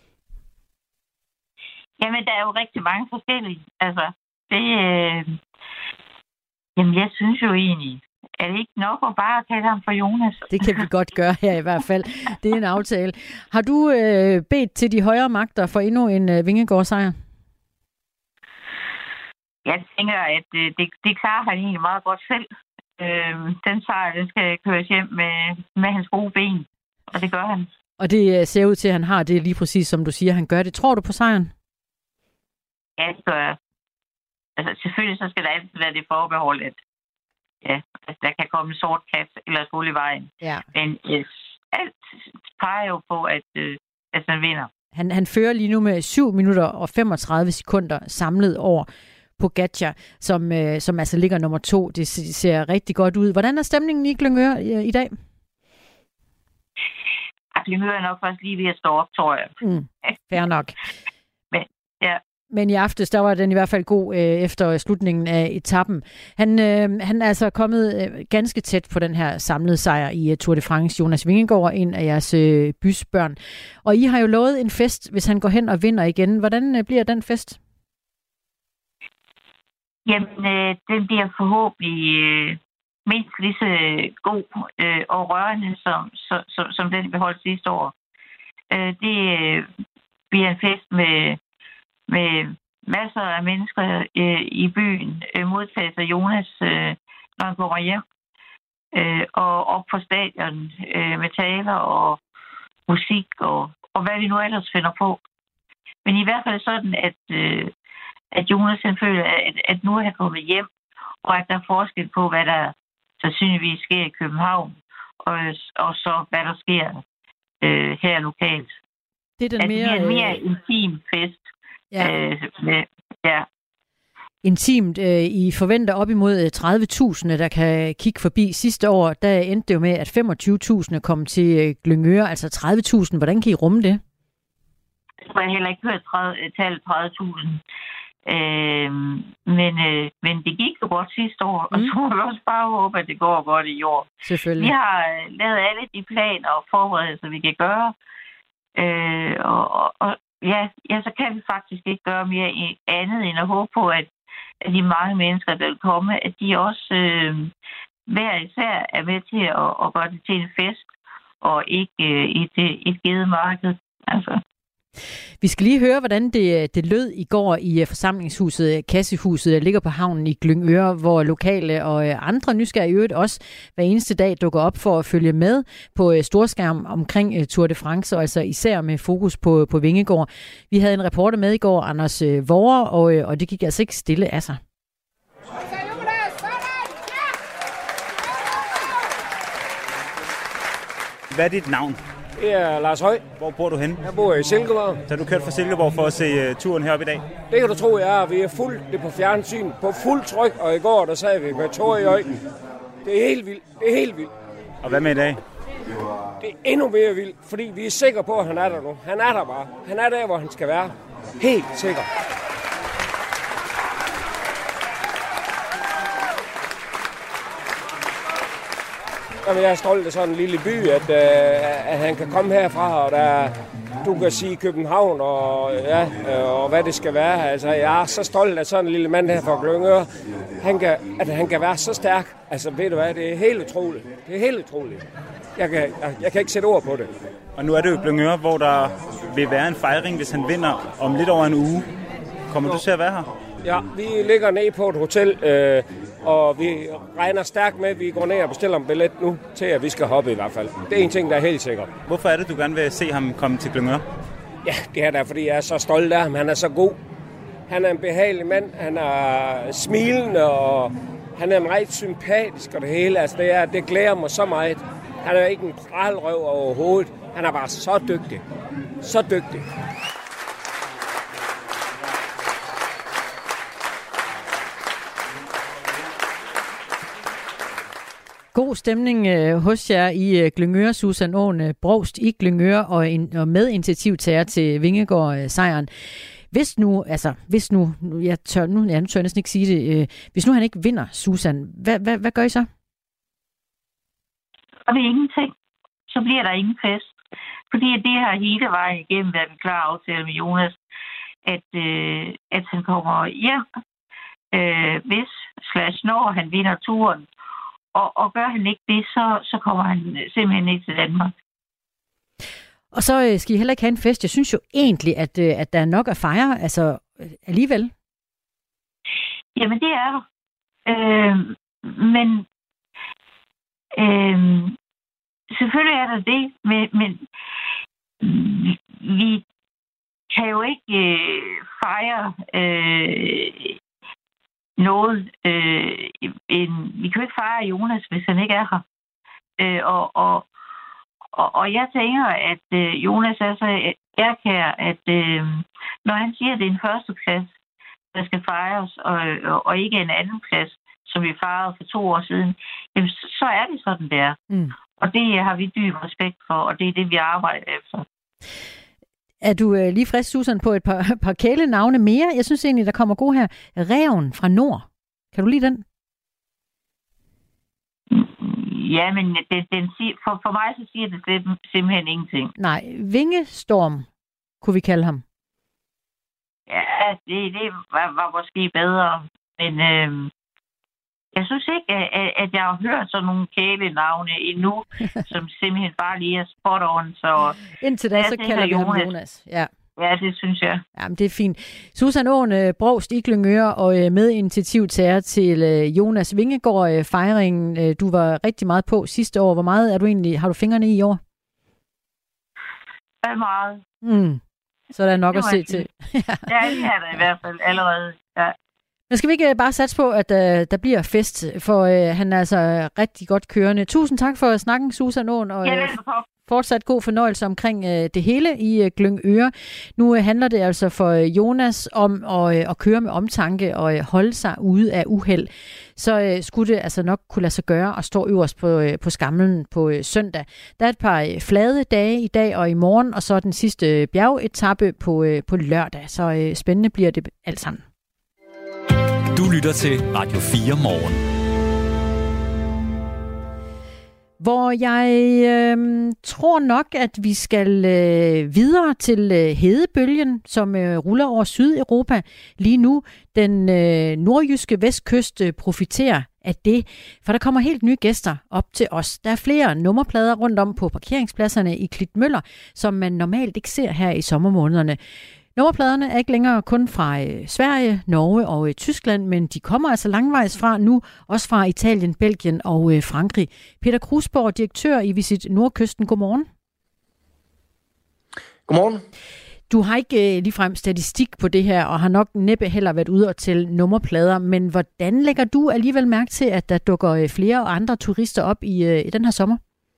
Jamen, der er jo rigtig mange forskellige. Altså, jamen, jeg synes jo egentlig, er det ikke nok at bare kalde ham for Jonas? Det kan vi godt gøre her i hvert fald. Det er en aftale. Har du bedt til de højere magter for endnu en Vingegaard-sejr? Jeg tænker, at det klarer han egentlig meget godt selv. Den sejr, den skal køres hjem med hans gode ben, og det gør han. Og det ser ud til, at han har det lige præcis, som du siger, han gør det. Tror du på sejren? Ja, det gør jeg. Altså, selvfølgelig så skal der altid være det forbehold, at der kan komme en sort kat eller skole i vejen. Ja. Men alt peger jo på, at han vinder. Han fører lige nu med 7 minutter og 35 sekunder samlet over Pogačar, som altså ligger nummer 2. Det ser rigtig godt ud. Hvordan er stemningen i Glyngøre i dag? Glyngøre er nok først lige ved at stå op, tror jeg. Fair nok. Men i aftes, der var den i hvert fald god efter slutningen af etappen. Han er altså kommet ganske tæt på den her samlede sejr i Tour de France. Jonas Vingegaard, en af jeres bysbørn. Og I har jo lovet en fest, hvis han går hen og vinder igen. Hvordan bliver den fest? Jamen, den bliver forhåbentlig mindst lige så god og rørende, som den vi holdt sidste år. Det bliver en fest med masser af mennesker i byen, modtaget af Jonas, når han kommer hjem, og op på stadion med taler og musik og hvad vi nu ellers finder på. Men i hvert fald sådan, at Jonas han føler, at nu er han kommet hjem, og at der er forskel på, hvad der sandsynligvis sker i København, og så hvad der sker her lokalt. Det er den en mere intim fest. Ja. Intimt. I forventer op imod 30.000, der kan kigge forbi. Sidste år, der endte det jo med, at 25.000 kom til Glyngøre, altså 30.000. Hvordan kan I rumme det? Jeg har heller ikke hørt tallet 30.000. Men det gik jo godt sidste år, og så må vi også bare håbe, at det går godt i år. Selvfølgelig. Vi har lavet alle de planer og forberedelser, vi kan gøre. Så kan vi faktisk ikke gøre mere andet end at håbe på, at de mange mennesker, der vil komme, at de også hver især er med til at gøre det til en fest, og ikke et givet marked. Altså. Vi skal lige høre, hvordan det lød i går i forsamlingshuset, Kassehuset, der ligger på havnen i Glyngøre, hvor lokale og andre nysgerrige i øvrigt også hver eneste dag dukker op for at følge med på storskærm omkring Tour de France, og altså især med fokus på Vingegaard. Vi havde en reporter med i går, Anders Vore, og det gik altså ikke stille af sig. Hvad er dit navn? Det er Lars Høj. Hvor bor du henne? Jeg bor i Silkeborg. Så du kørt fra Silkeborg for at se turen heroppe i dag? Det kan du tro, jeg er. Vi er fuldt det på fjernsyn, på fuld tryk, og i går der sagde vi med tårer i øjnene. Det er helt vildt. Det er helt vildt. Og hvad med i dag? Det er endnu mere vildt, fordi vi er sikre på, at han er der nu. Han er der bare. Han er der, hvor han skal være. Helt sikker. Jeg er stolt af sådan en lille by, at han kan komme herfra, og du kan sige København og hvad det skal være. Altså, jeg er så stolt af sådan en lille mand her fra Glyngøre. Han kan være så stærk. Altså, ved du hvad, det er helt utroligt. Det er helt utroligt. Jeg kan ikke sætte ord på det. Og nu er det jo Glyngøre, hvor der vil være en fejring, hvis han vinder om lidt over en uge. Kommer du til at være her? Ja, vi ligger ned på et hotel, og vi regner stærkt med, at vi går ned og bestiller en billet nu, til at vi skal hoppe i hvert fald. Det er en ting, der er helt sikkert. Hvorfor er det, du gerne vil se ham komme til Glyngøre? Ja, det er der, fordi jeg er så stolt af ham. Han er så god. Han er en behagelig mand. Han er smilende, og han er en rigtig sympatisk og det hele. Altså, det glæder mig så meget. Han er ikke en pralrøv overhovedet. Han er bare så dygtig. Så dygtig. God stemning hos jer i Glyngøre. Susan Aaen Brovst i Glyngøre og medinitiativtager til Vingegaard-sejren. Hvis nu, jeg tør næsten ikke sige det, hvis nu han ikke vinder, Susan, hvad gør I så? Og det er ingenting. Så bliver der ingen fest. Fordi det har hele vejen igennem været en klar aftale med Jonas, at han kommer hjem, når han vinder turen. Og gør han ikke det, så kommer han simpelthen ikke til Danmark. Og så skal I heller ikke have en fest. Jeg synes jo egentlig, at der er nok at fejre, altså alligevel. Jamen, det er der. Men selvfølgelig er der det, men vi kan jo ikke fejre noget. Vi kan jo ikke fejre Jonas, hvis han ikke er her. Og jeg tænker, at Jonas er så ærkær, at når han siger, at det er en førsteplads, der skal fejres, og ikke en anden plads, som vi fejrede for 2 år siden, jamen, så er det sådan, der. Mm. Og det har vi dyb respekt for, og det er det, vi arbejder efter. Er du lige frisk, Susan, på et par kælenavne mere? Jeg synes egentlig, der kommer god her. Ræven fra Nord. Kan du lide den? Ja, men for mig så siger det simpelthen ingenting. Nej, Vingestorm kunne vi kalde ham. Ja, det var måske bedre. Men jeg synes ikke, at jeg har hørt sådan nogle kælenavne endnu, som simpelthen bare lige er spot on. Så indtil da, så kalder vi ham Jonas. Ja. Ja, det synes jeg. Jamen, det er fint. Susan Aaen Brovst i Glyngøre og medinitiativtager til Jonas Vingegaard-fejringen. Du var rigtig meget på sidste år. Hvor meget er du egentlig, har du fingrene i år? Meget. Så der er nok at se til. Ja, det er der i hvert fald allerede. Ja. Men skal vi ikke bare satse på, at der bliver fest, for han er altså rigtig godt kørende. Tusind tak for snakken, Susan Aaen, og fortsat god fornøjelse omkring det hele i Glyngøre. Nu handler det altså for Jonas om at køre med omtanke og holde sig ude af uheld. Så skulle det altså nok kunne lade sig gøre at stå øverst på skamlen på søndag. Der er et par flade dage i dag og i morgen, og så den sidste bjergetappe på lørdag. Så spændende bliver det alt sammen. Du lytter til Radio 4 Morgen. Hvor jeg tror nok, at vi skal videre til hedebølgen, som ruller over Sydeuropa lige nu. Den nordjyske vestkyst profiterer af det, for der kommer helt nye gæster op til os. Der er flere nummerplader rundt om på parkeringspladserne i Klitmøller, som man normalt ikke ser her i sommermånederne. Nummerpladerne er ikke længere kun fra Sverige, Norge og Tyskland, men de kommer altså langvejs fra nu, også fra Italien, Belgien og Frankrig. Peter Krusborg, direktør i Visit Nordkysten. Godmorgen. Godmorgen. Du har ikke ligefrem statistik på det her, og har nok næppe heller været ude og tælle nummerplader, men hvordan lægger du alligevel mærke til, at der dukker flere og andre turister op i den her sommer?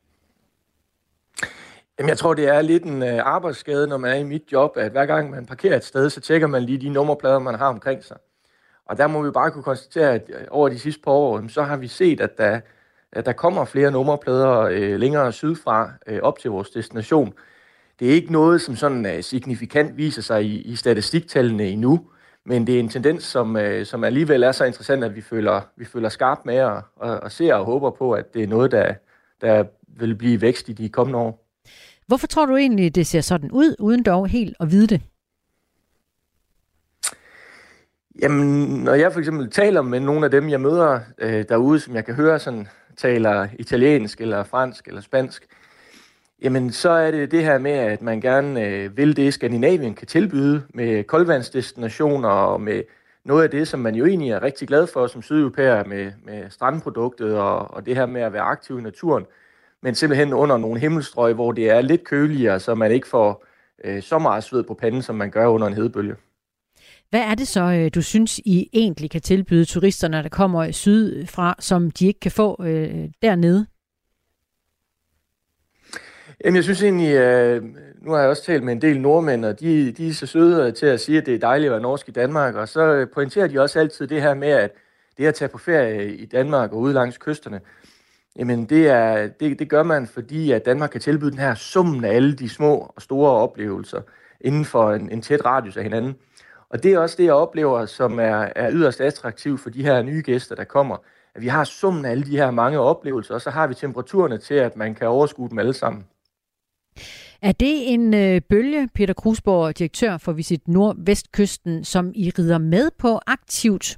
Jamen, jeg tror, det er lidt en arbejdsskade, når man er i mit job, at hver gang man parkerer et sted, så tjekker man lige de nummerplader, man har omkring sig. Og der må vi bare kunne konstatere, at over de sidste par år, så har vi set, at der kommer flere nummerplader længere sydfra op til vores destination. Det er ikke noget, som sådan signifikant viser sig i statistiktallene endnu, men det er en tendens, som alligevel er så interessant, at vi føler skarpt med og ser og håber på, at det er noget, der vil blive vækst i de kommende år. Hvorfor tror du egentlig, det ser sådan ud, uden dog helt at vide det? Jamen, når jeg for eksempel taler med nogle af dem, jeg møder derude, som jeg kan høre sådan, taler italiensk eller fransk eller spansk, jamen så er det her med, at man gerne vil det, Skandinavien kan tilbyde med koldvandsdestinationer og med noget af det, som man jo egentlig er rigtig glad for som sydeuropæer med strandproduktet og det her med at være aktiv i naturen. Men simpelthen under nogle himmelstrøg, hvor det er lidt køligere, så man ikke får så meget sved på panden, som man gør under en hedebølge. Hvad er det så, du synes, I egentlig kan tilbyde turisterne, der kommer sydfra, som de ikke kan få dernede? Jamen, jeg synes egentlig, nu har jeg også talt med en del nordmænd, og de er så søde til at sige, at det er dejligt at være norsk i Danmark, og så pointerer de også altid det her med, at det at tage på ferie i Danmark og ude langs kysterne, jamen det gør man, fordi at Danmark kan tilbyde den her summen af alle de små og store oplevelser inden for en tæt radius af hinanden. Og det er også det, jeg oplever, som er yderst attraktivt for de her nye gæster, der kommer. At vi har summen af alle de her mange oplevelser, og så har vi temperaturerne til, at man kan overskue dem alle sammen. Er det en bølge, Peter Krusborg, direktør for Visit Nordvestkysten, som I rider med på aktivt?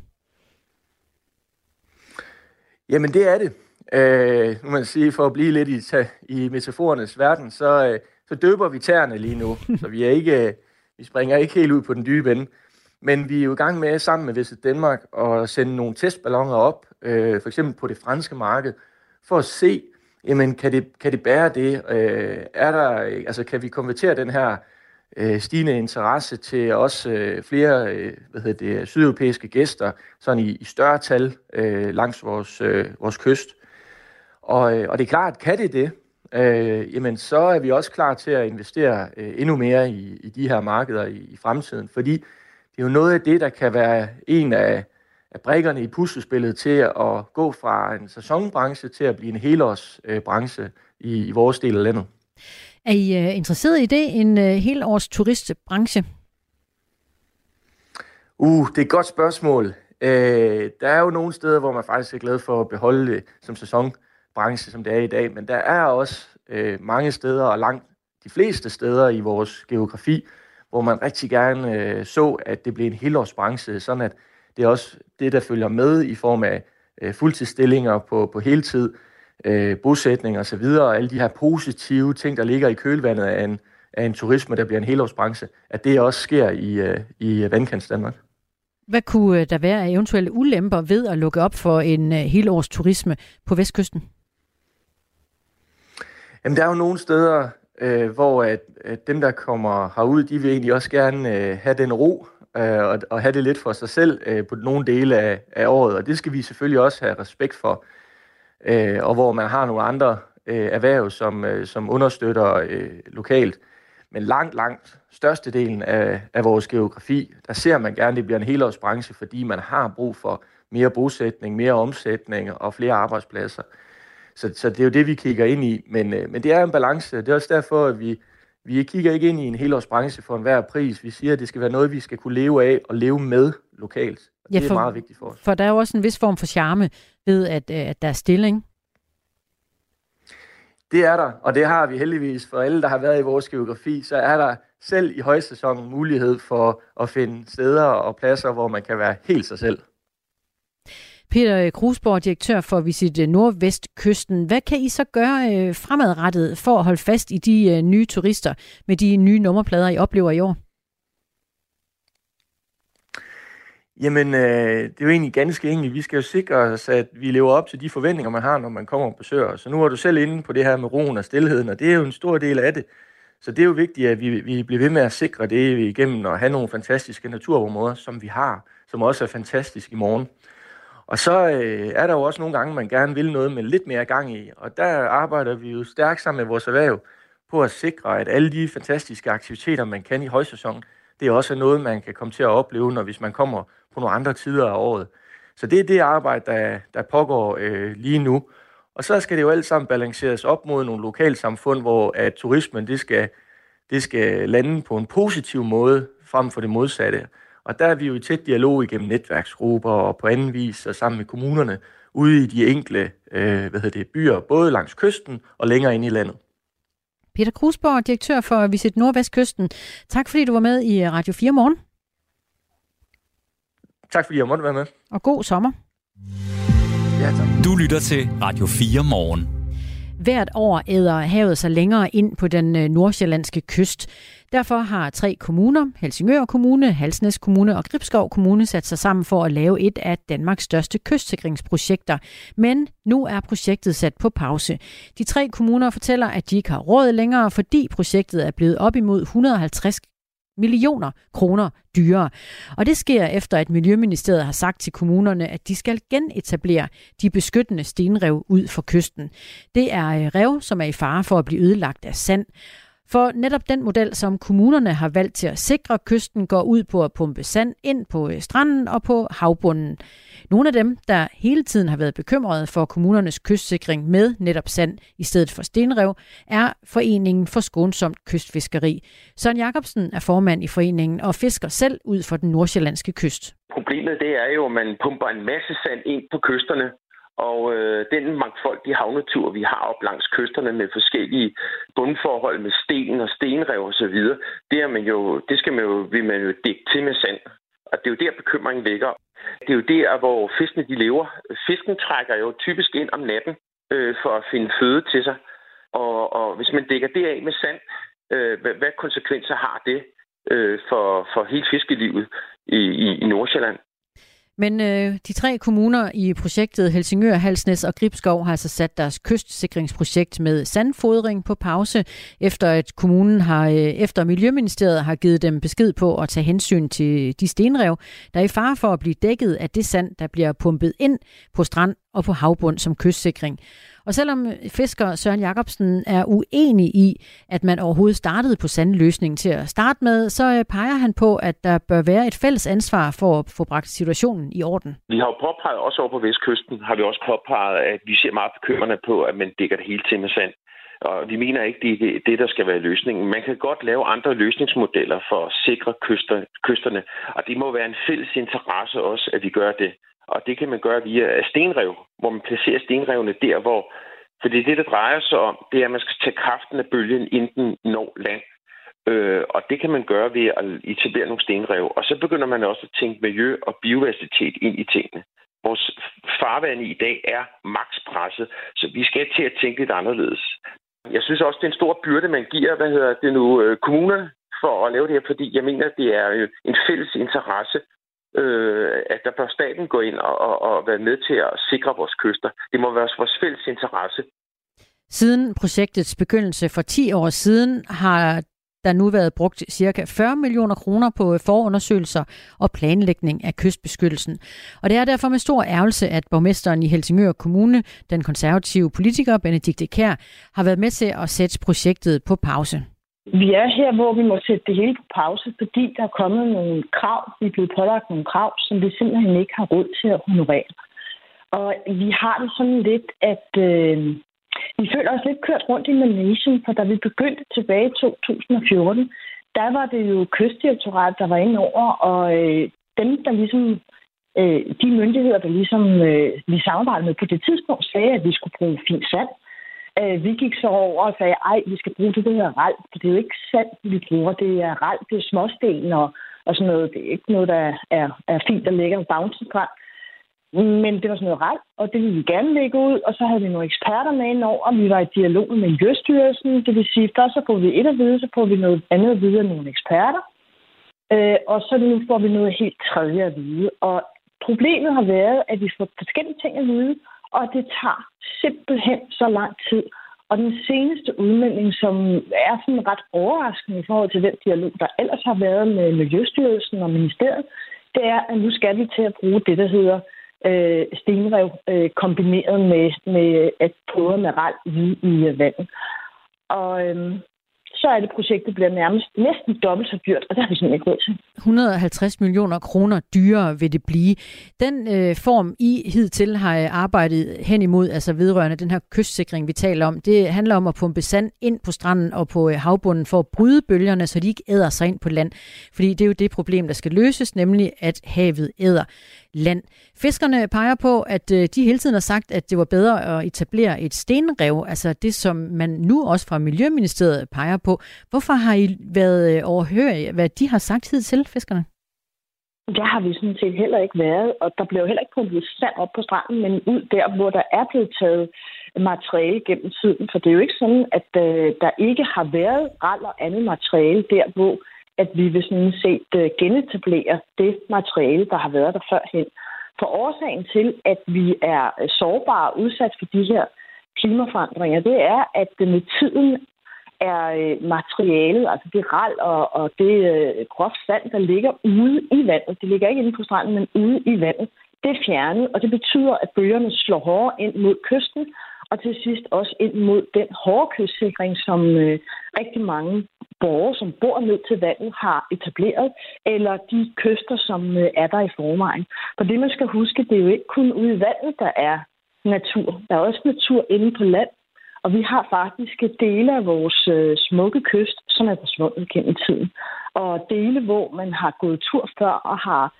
Jamen det er det. Nu man sige, for at blive lidt i metaforernes verden, så døber vi tæerne lige nu. Så vi springer ikke helt ud på den dybe ende. Men vi er jo i gang med sammen med Visit Danmark at sende nogle testballoner op, for eksempel på det franske marked, for at se, jamen, kan det bære det? Kan vi konvertere den her stigende interesse til også flere sydeuropæiske gæster, sådan i større tal langs vores kyst? Og det er klart, kan det? Jamen så er vi også klar til at investere endnu mere i de her markeder i fremtiden, fordi det er jo noget af det, der kan være en af brikkerne i puslespillet til at gå fra en sæsonbranche til at blive en helårsbranche i vores del af landet. Er I interesseret i det, en helårs turistbranche? Det er et godt spørgsmål. Der er jo nogle steder, hvor man faktisk er glad for at beholde det som sæsonbranche, som det er i dag, men der er også mange steder, og langt de fleste steder i vores geografi, hvor man rigtig gerne så, at det blev en helårsbranche, sådan at det er også det, der følger med i form af fuldtidsstillinger på heltid, bosætning og så videre, og alle de her positive ting, der ligger i kølvandet af en turisme, der bliver en helårsbranche, at det også sker i Vandkants Danmark. Hvad kunne der være af eventuelle ulemper ved at lukke op for en helårs turisme på Vestkysten? Jamen, der er jo nogle steder, hvor at dem, der kommer herud, de vil egentlig også gerne have den ro og have det lidt for sig selv på nogle dele af året, og det skal vi selvfølgelig også have respekt for. Og hvor man har nogle andre erhverv, som understøtter lokalt. Men langt størstedelen af vores geografi, der ser man gerne, at det bliver en helårsbranche, fordi man har brug for mere bosætning, mere omsætning og flere arbejdspladser. Så det er jo det, vi kigger ind i. Men det er en balance. Det er også derfor, at vi kigger ikke ind i en helårsbranche for enhver pris. Vi siger, at det skal være noget, vi skal kunne leve af og leve med lokalt. Og det er meget vigtigt for os. For der er jo også en vis form for charme ved, at der er stilling. Det er der, og det har vi heldigvis for alle, der har været i vores geografi. Så er der selv i højsæsonen mulighed for at finde steder og pladser, hvor man kan være helt sig selv. Peter Krusborg, direktør for Visit Nordvestkysten. Hvad kan I så gøre fremadrettet for at holde fast i de nye turister med de nye nummerplader, I oplever i år? Jamen, det er jo egentlig ganske enkelt. Vi skal jo sikre os, at vi lever op til de forventninger, man har, når man kommer og besøger. Så nu er du selv inde på det her med roen og stilheden, og det er jo en stor del af det. Så det er jo vigtigt, at vi bliver ved med at sikre det igennem og have nogle fantastiske naturområder, som vi har, som også er fantastisk i morgen. Og så er der jo også nogle gange, man gerne vil noget med lidt mere gang i. Og der arbejder vi jo stærkt sammen med vores erhverv på at sikre, at alle de fantastiske aktiviteter, man kan i højsæsonen, det er også noget, man kan komme til at opleve, hvis man kommer på nogle andre tider af året. Så det er det arbejde, der pågår lige nu. Og så skal det jo alt sammen balanceres op mod nogle lokalsamfund, hvor at turismen det skal lande på en positiv måde frem for det modsatte. Og der er vi jo i tæt dialog igennem netværksgrupper og på anden vis og sammen med kommunerne ude i de enkelte byer, både langs kysten og længere ind i landet. Peter Krusborg, direktør for Visit Nordvestkysten. Tak fordi du var med i Radio 4 Morgen. Tak fordi jeg måtte være med. Og god sommer. Ja, tak. Du lytter til Radio 4 Morgen. Hvert år æder havet sig længere ind på den nordsjællandske kyst. Derfor har 3 kommuner, Helsingør Kommune, Halsnæs Kommune og Gribskov Kommune, sat sig sammen for at lave et af Danmarks største kystsikringsprojekter. Men nu er projektet sat på pause. De 3 kommuner fortæller, at de ikke har råd længere, fordi projektet er blevet op imod 150 millioner kroner dyrere. Og det sker efter, at Miljøministeriet har sagt til kommunerne, at de skal genetablere de beskyttende stenrev ud for kysten. Det er rev, som er i fare for at blive ødelagt af sand. For netop den model, som kommunerne har valgt til at sikre kysten, går ud på at pumpe sand ind på stranden og på havbunden. Nogle af dem, der hele tiden har været bekymrede for kommunernes kystsikring med netop sand i stedet for stenrev, er Foreningen for Skånsomt Kystfiskeri. Søren Jacobsen er formand i foreningen og fisker selv ud for den nordsjællandske kyst. Problemet det er jo, at man pumper en masse sand ind på kysterne, og den mangfoldige havnatur, vi har op langs kysterne med forskellige bundforhold med sten og stenrev og så videre, vil man jo dække til med sand. Og det er jo der bekymringen ligger. Det er jo der, hvor fiskene de lever. Fisken trækker jo typisk ind om natten for at finde føde til sig. Og hvis man dækker det af med sand, hvad konsekvenser har det for hele fiskelivet i Nordsjælland? Men de 3 kommuner i projektet Helsingør, Halsnæs og Gribskov har altså sat deres kystsikringsprojekt med sandfodring på pause, efter at kommunen efter Miljøministeriet har givet dem besked på at tage hensyn til de stenrev, der er i fare for at blive dækket af det sand, der bliver pumpet ind på strand og på havbund som kystsikring. Og selvom fisker Søren Jacobsen er uenig i, at man overhovedet startede på sandløsningen til at starte med, så peger han på, at der bør være et fælles ansvar for at få bragt situationen i orden. Vi har jo påpeget, også over på Vestkysten, har vi også påpeget, at vi ser meget bekymrende på, at man dækker det hele til med sand. Og vi mener ikke, det er det, der skal være løsningen. Man kan godt lave andre løsningsmodeller for at sikre kysterne, og det må være en fælles interesse også, at vi gør det. Og det kan man gøre via stenrev, hvor man placerer stenrevene der, hvor... For det drejer sig om, det er, at man skal tage kraften af bølgen, inden den når land. Og det kan man gøre ved at etablere nogle stenrev. Og så begynder man også at tænke miljø og biodiversitet ind i tingene. Vores farvande i dag er makspresset, så vi skal til at tænke lidt anderledes. Jeg synes også, det er en stor byrde, man giver kommunerne for at lave det her, fordi jeg mener, det er en fælles interesse, at der bør staten gå ind og være med til at sikre vores kyster. Det må være vores fælles interesse. Siden projektets begyndelse for 10 år siden har der nu været brugt ca. 40 millioner kroner på forundersøgelser og planlægning af kystbeskyttelsen. Og det er derfor med stor ærgelse, at borgmesteren i Helsingør Kommune, den konservative politiker Benedikte Kjær, har været med til at sætte projektet på pause. Vi er her, hvor vi må sætte det hele på pause, fordi der er kommet nogle krav. Vi er blevet pålagt nogle krav, som vi simpelthen ikke har råd til at honorere. Og vi har det sådan lidt, at vi føler os lidt kørt rundt i managen, for da vi begyndte tilbage i 2014, der var det jo Kystdirektoratet, der var inde over, og dem, der ligesom, de myndigheder, der ligesom vi samarbejdede med på det tidspunkt, sagde, at vi skulle bruge fint sand. Vi gik så over og sagde, vi skal bruge det her rald, for det er jo ikke sand, vi bruger. Det er rald, det er småsten og sådan noget. Det er ikke noget, der er fint, der ligger en bouncy fra. Men det var sådan noget rald, og det ville vi gerne lægge ud. Og så havde vi nogle eksperter med ind over, og vi var i dialog med Miljøstyrelsen. Det vil sige, først så får vi et at vide, så får vi noget andet at vide af nogle eksperter. Og så nu får vi noget helt tredje at vide. Og problemet har været, at vi får forskellige ting at vide, og det tager simpelthen så lang tid. Og den seneste udmelding, som er sådan ret overraskende i forhold til den dialog, der ellers har været med Miljøstyrelsen og ministeriet, det er, at nu skal vi til at bruge det, der hedder stenrev, kombineret med at prøve med rald i vandet. Og så er det projektet bliver næsten dobbelt så dyrt, og der har vi simpelthen ikke råd til. 150 millioner kroner dyrere vil det blive. Den form, I hidtil har arbejdet hen imod, altså vedrørende den her kystsikring, vi taler om, det handler om at pumpe sand ind på stranden og på havbunden for at bryde bølgerne, så de ikke æder sig ind på land. Fordi det er jo det problem, der skal løses, nemlig at havet æder land. Fiskerne peger på, at de hele tiden har sagt, at det var bedre at etablere et stenrev, altså det, som man nu også fra Miljøministeriet peger på. Hvorfor har I været overhørige, hvad de har sagt hidtil, fiskerne? Der har vi sådan set heller ikke været, og der blev heller ikke pumpet sand op på stranden, men ud der, hvor der er blevet taget materiale gennem tiden. For det er jo ikke sådan, at der ikke har været rald og andet materiale der, hvor at vi vil sådan set genetablere det materiale, der har været der førhen. For årsagen til, at vi er sårbare og udsat for de her klimaforandringer, det er, at med tiden er materialet, altså det ral og det groft sand, der ligger ude i vandet. Det ligger ikke inde på stranden, men ude i vandet. Det er fjernet, og det betyder, at bølgerne slår hårdere ind mod kysten, og til sidst også ind mod den hårde kystsikring, som rigtig mange borgere, som bor ned til vandet, har etableret, eller de kyster, som er der i forvejen. For det, man skal huske, det er jo ikke kun ude i vandet, der er natur. Der er også natur inde på land, og vi har faktisk dele af vores smukke kyst, som er forsvundet gennem tiden. Og dele, hvor man har gået tur før og har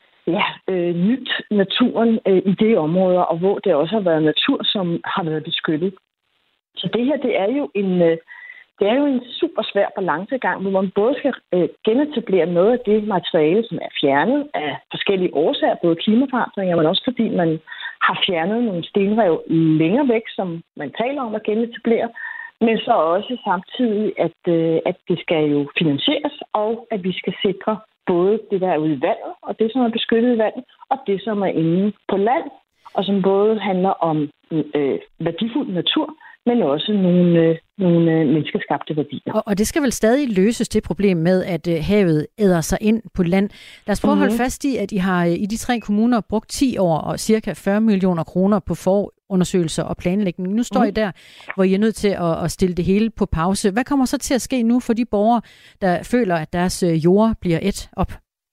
nyt naturen i det område, og hvor det også har været natur, som har været beskyttet. Så det her, det er jo en super svær balancegang, hvor man både skal genetablere noget af det materiale, som er fjernet af forskellige årsager, både klimaforandringer, men også fordi man har fjernet nogle stenrev længere væk, som man taler om at genetablere, men så også samtidig, at det skal jo finansieres, og at vi skal sikre både det, der er ude i vandet, og det, som er beskyttet i vandet, og det, som er inde på land, og som både handler om værdifuld natur, men også nogle menneskeskabte værdier. Og det skal vel stadig løses, det problem med, at havet æder sig ind på land. Lad os prøve at holde fast i, at I har i de 3 kommuner brugt 10 år og cirka 40 millioner kroner på forundersøgelser og planlægning. Nu står I der, hvor I er nødt til at stille det hele på pause. Hvad kommer så til at ske nu for de borgere, der føler, at deres jord bliver ædt op?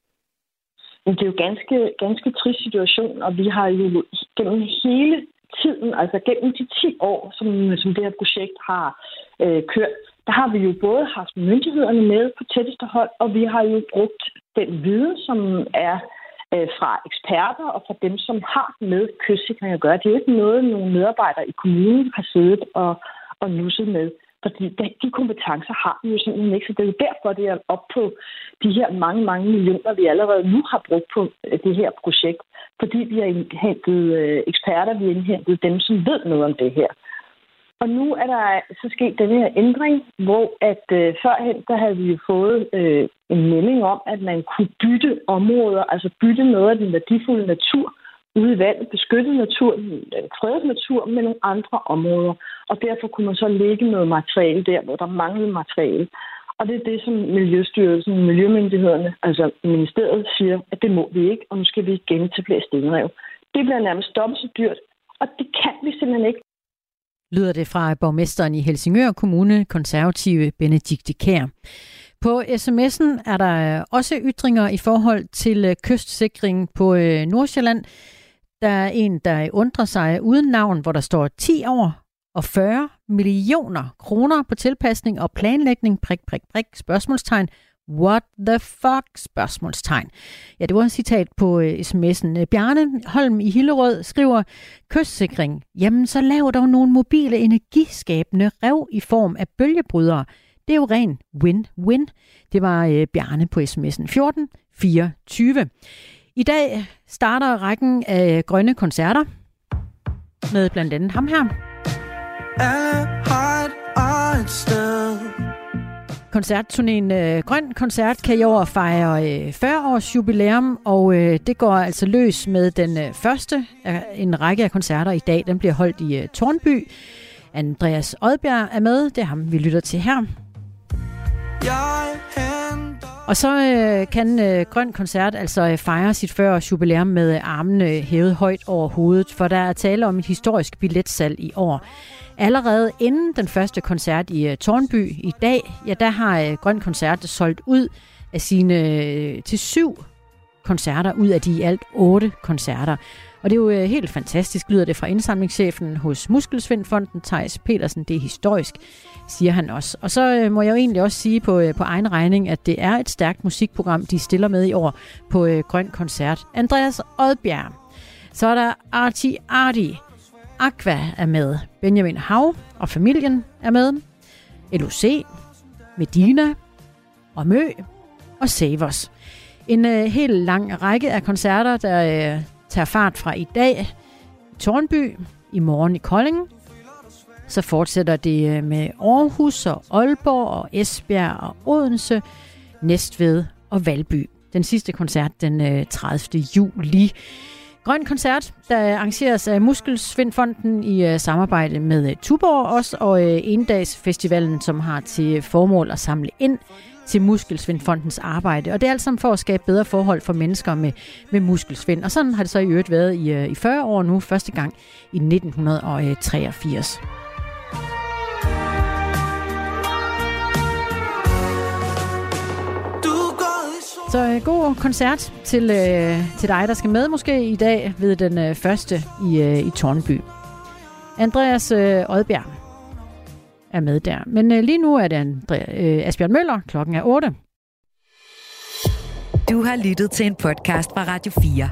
Det er jo ganske trist situation, og vi har jo gennem hele tiden, altså gennem de 10 år, som det her projekt har kørt, der har vi jo både haft myndighederne med på tætteste hold, og vi har jo brugt den viden, som er fra eksperter og fra dem, som har med kystsikring at gøre. Det er jo ikke noget, nogle medarbejdere i kommunen har siddet og nusset med. Fordi de kompetencer har vi jo simpelthen ikke. Så det er jo derfor, det er op på de her mange millioner, vi allerede nu har brugt på det her projekt. Fordi vi har indhentet eksperter, vi har indhentet dem, som ved noget om det her. Og nu er der så sket den her ændring, hvor at førhen, der havde vi jo fået en melding om, at man kunne bytte områder, altså bytte noget af den værdifulde natur, ude i vandet, beskyttet natur, fredet natur med nogle andre områder. Og derfor kunne man så lægge noget materiale der, hvor der manglede materiale. Og det er det, som Miljøstyrelsen, miljømyndighederne, altså ministeriet siger, at det må vi ikke, og nu skal vi genetablere stenrev. Det bliver nærmest dobbelt så dyrt, og det kan vi simpelthen ikke. Lyder det fra borgmesteren i Helsingør Kommune, konservative Benedikte Kjær. På sms'en er der også ytringer i forhold til kystsikring på Nordsjælland. Der er en, der undrer sig uden navn, hvor der står 10 år og 40 millioner kroner på tilpasning og planlægning, spørgsmålstegn. What the fuck? Spørgsmålstegn. Ja, det var et citat på sms'en. Bjarne Holm i Hillerød skriver, kystsikring. Jamen, så lav dog nogle mobile energiskabende rev i form af bølgebrydere. Det er jo ren win-win. Det var Bjarne på sms'en 1424. I dag starter rækken af grønne koncerter med blandt andet ham her. Koncertturnéen Grøn Koncert kan i år fejre 40 års jubilæum, og det går altså løs med den første af en række af koncerter i dag. Den bliver holdt i Tårnby. Andreas Odbjerg er med. Det er ham, vi lytter til her. Og så kan Grøn Koncert altså fejre sit 40-års jubilæum med armene hævet højt over hovedet, for der er tale om et historisk billetsalg i år. Allerede inden den første koncert i Tårnby i dag, ja, der har Grøn Koncert solgt ud af sine til 7 koncerter ud af de i alt 8 koncerter. Og det er jo helt fantastisk, lyder det fra indsamlingschefen hos Muskelsvindfonden, Theis Petersen. Det er historisk, siger han også. Og så må jeg jo egentlig også sige på egen regning, at det er et stærkt musikprogram, de stiller med i år på Grøn Koncert. Andreas Odbjerg. Så er der Arti. Aqua er med. Benjamin Hav og familien er med. LOC, Medina og Mø og Savers. En helt lang række af koncerter, der tager fart fra i dag i Tårnby, i morgen i Kolding. Så fortsætter det med Aarhus og Aalborg og Esbjerg og Odense, Næstved og Valby. Den sidste koncert den 30. juli. Grøn koncert, der arrangeres af Muskelsvindfonden i samarbejde med Tuborg også, og Endagsfestivalen, som har til formål at samle ind til Muskelsvindfondens arbejde. Og det er alt sammen for at skabe bedre forhold for mennesker med muskelsvind. Og sådan har det så i øvrigt været i 40 år nu, første gang i 1983. Så god koncert til dig, der skal med måske i dag ved den første i Tårnby. Andreas Odbjerg er med der. Men lige nu er det Asbjørn Møller. Klokken er 8. Du har lyttet til en podcast fra Radio 4.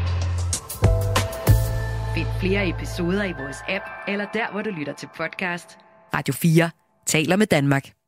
Find flere episoder i vores app, eller der, hvor du lytter til podcast. Radio 4 taler med Danmark.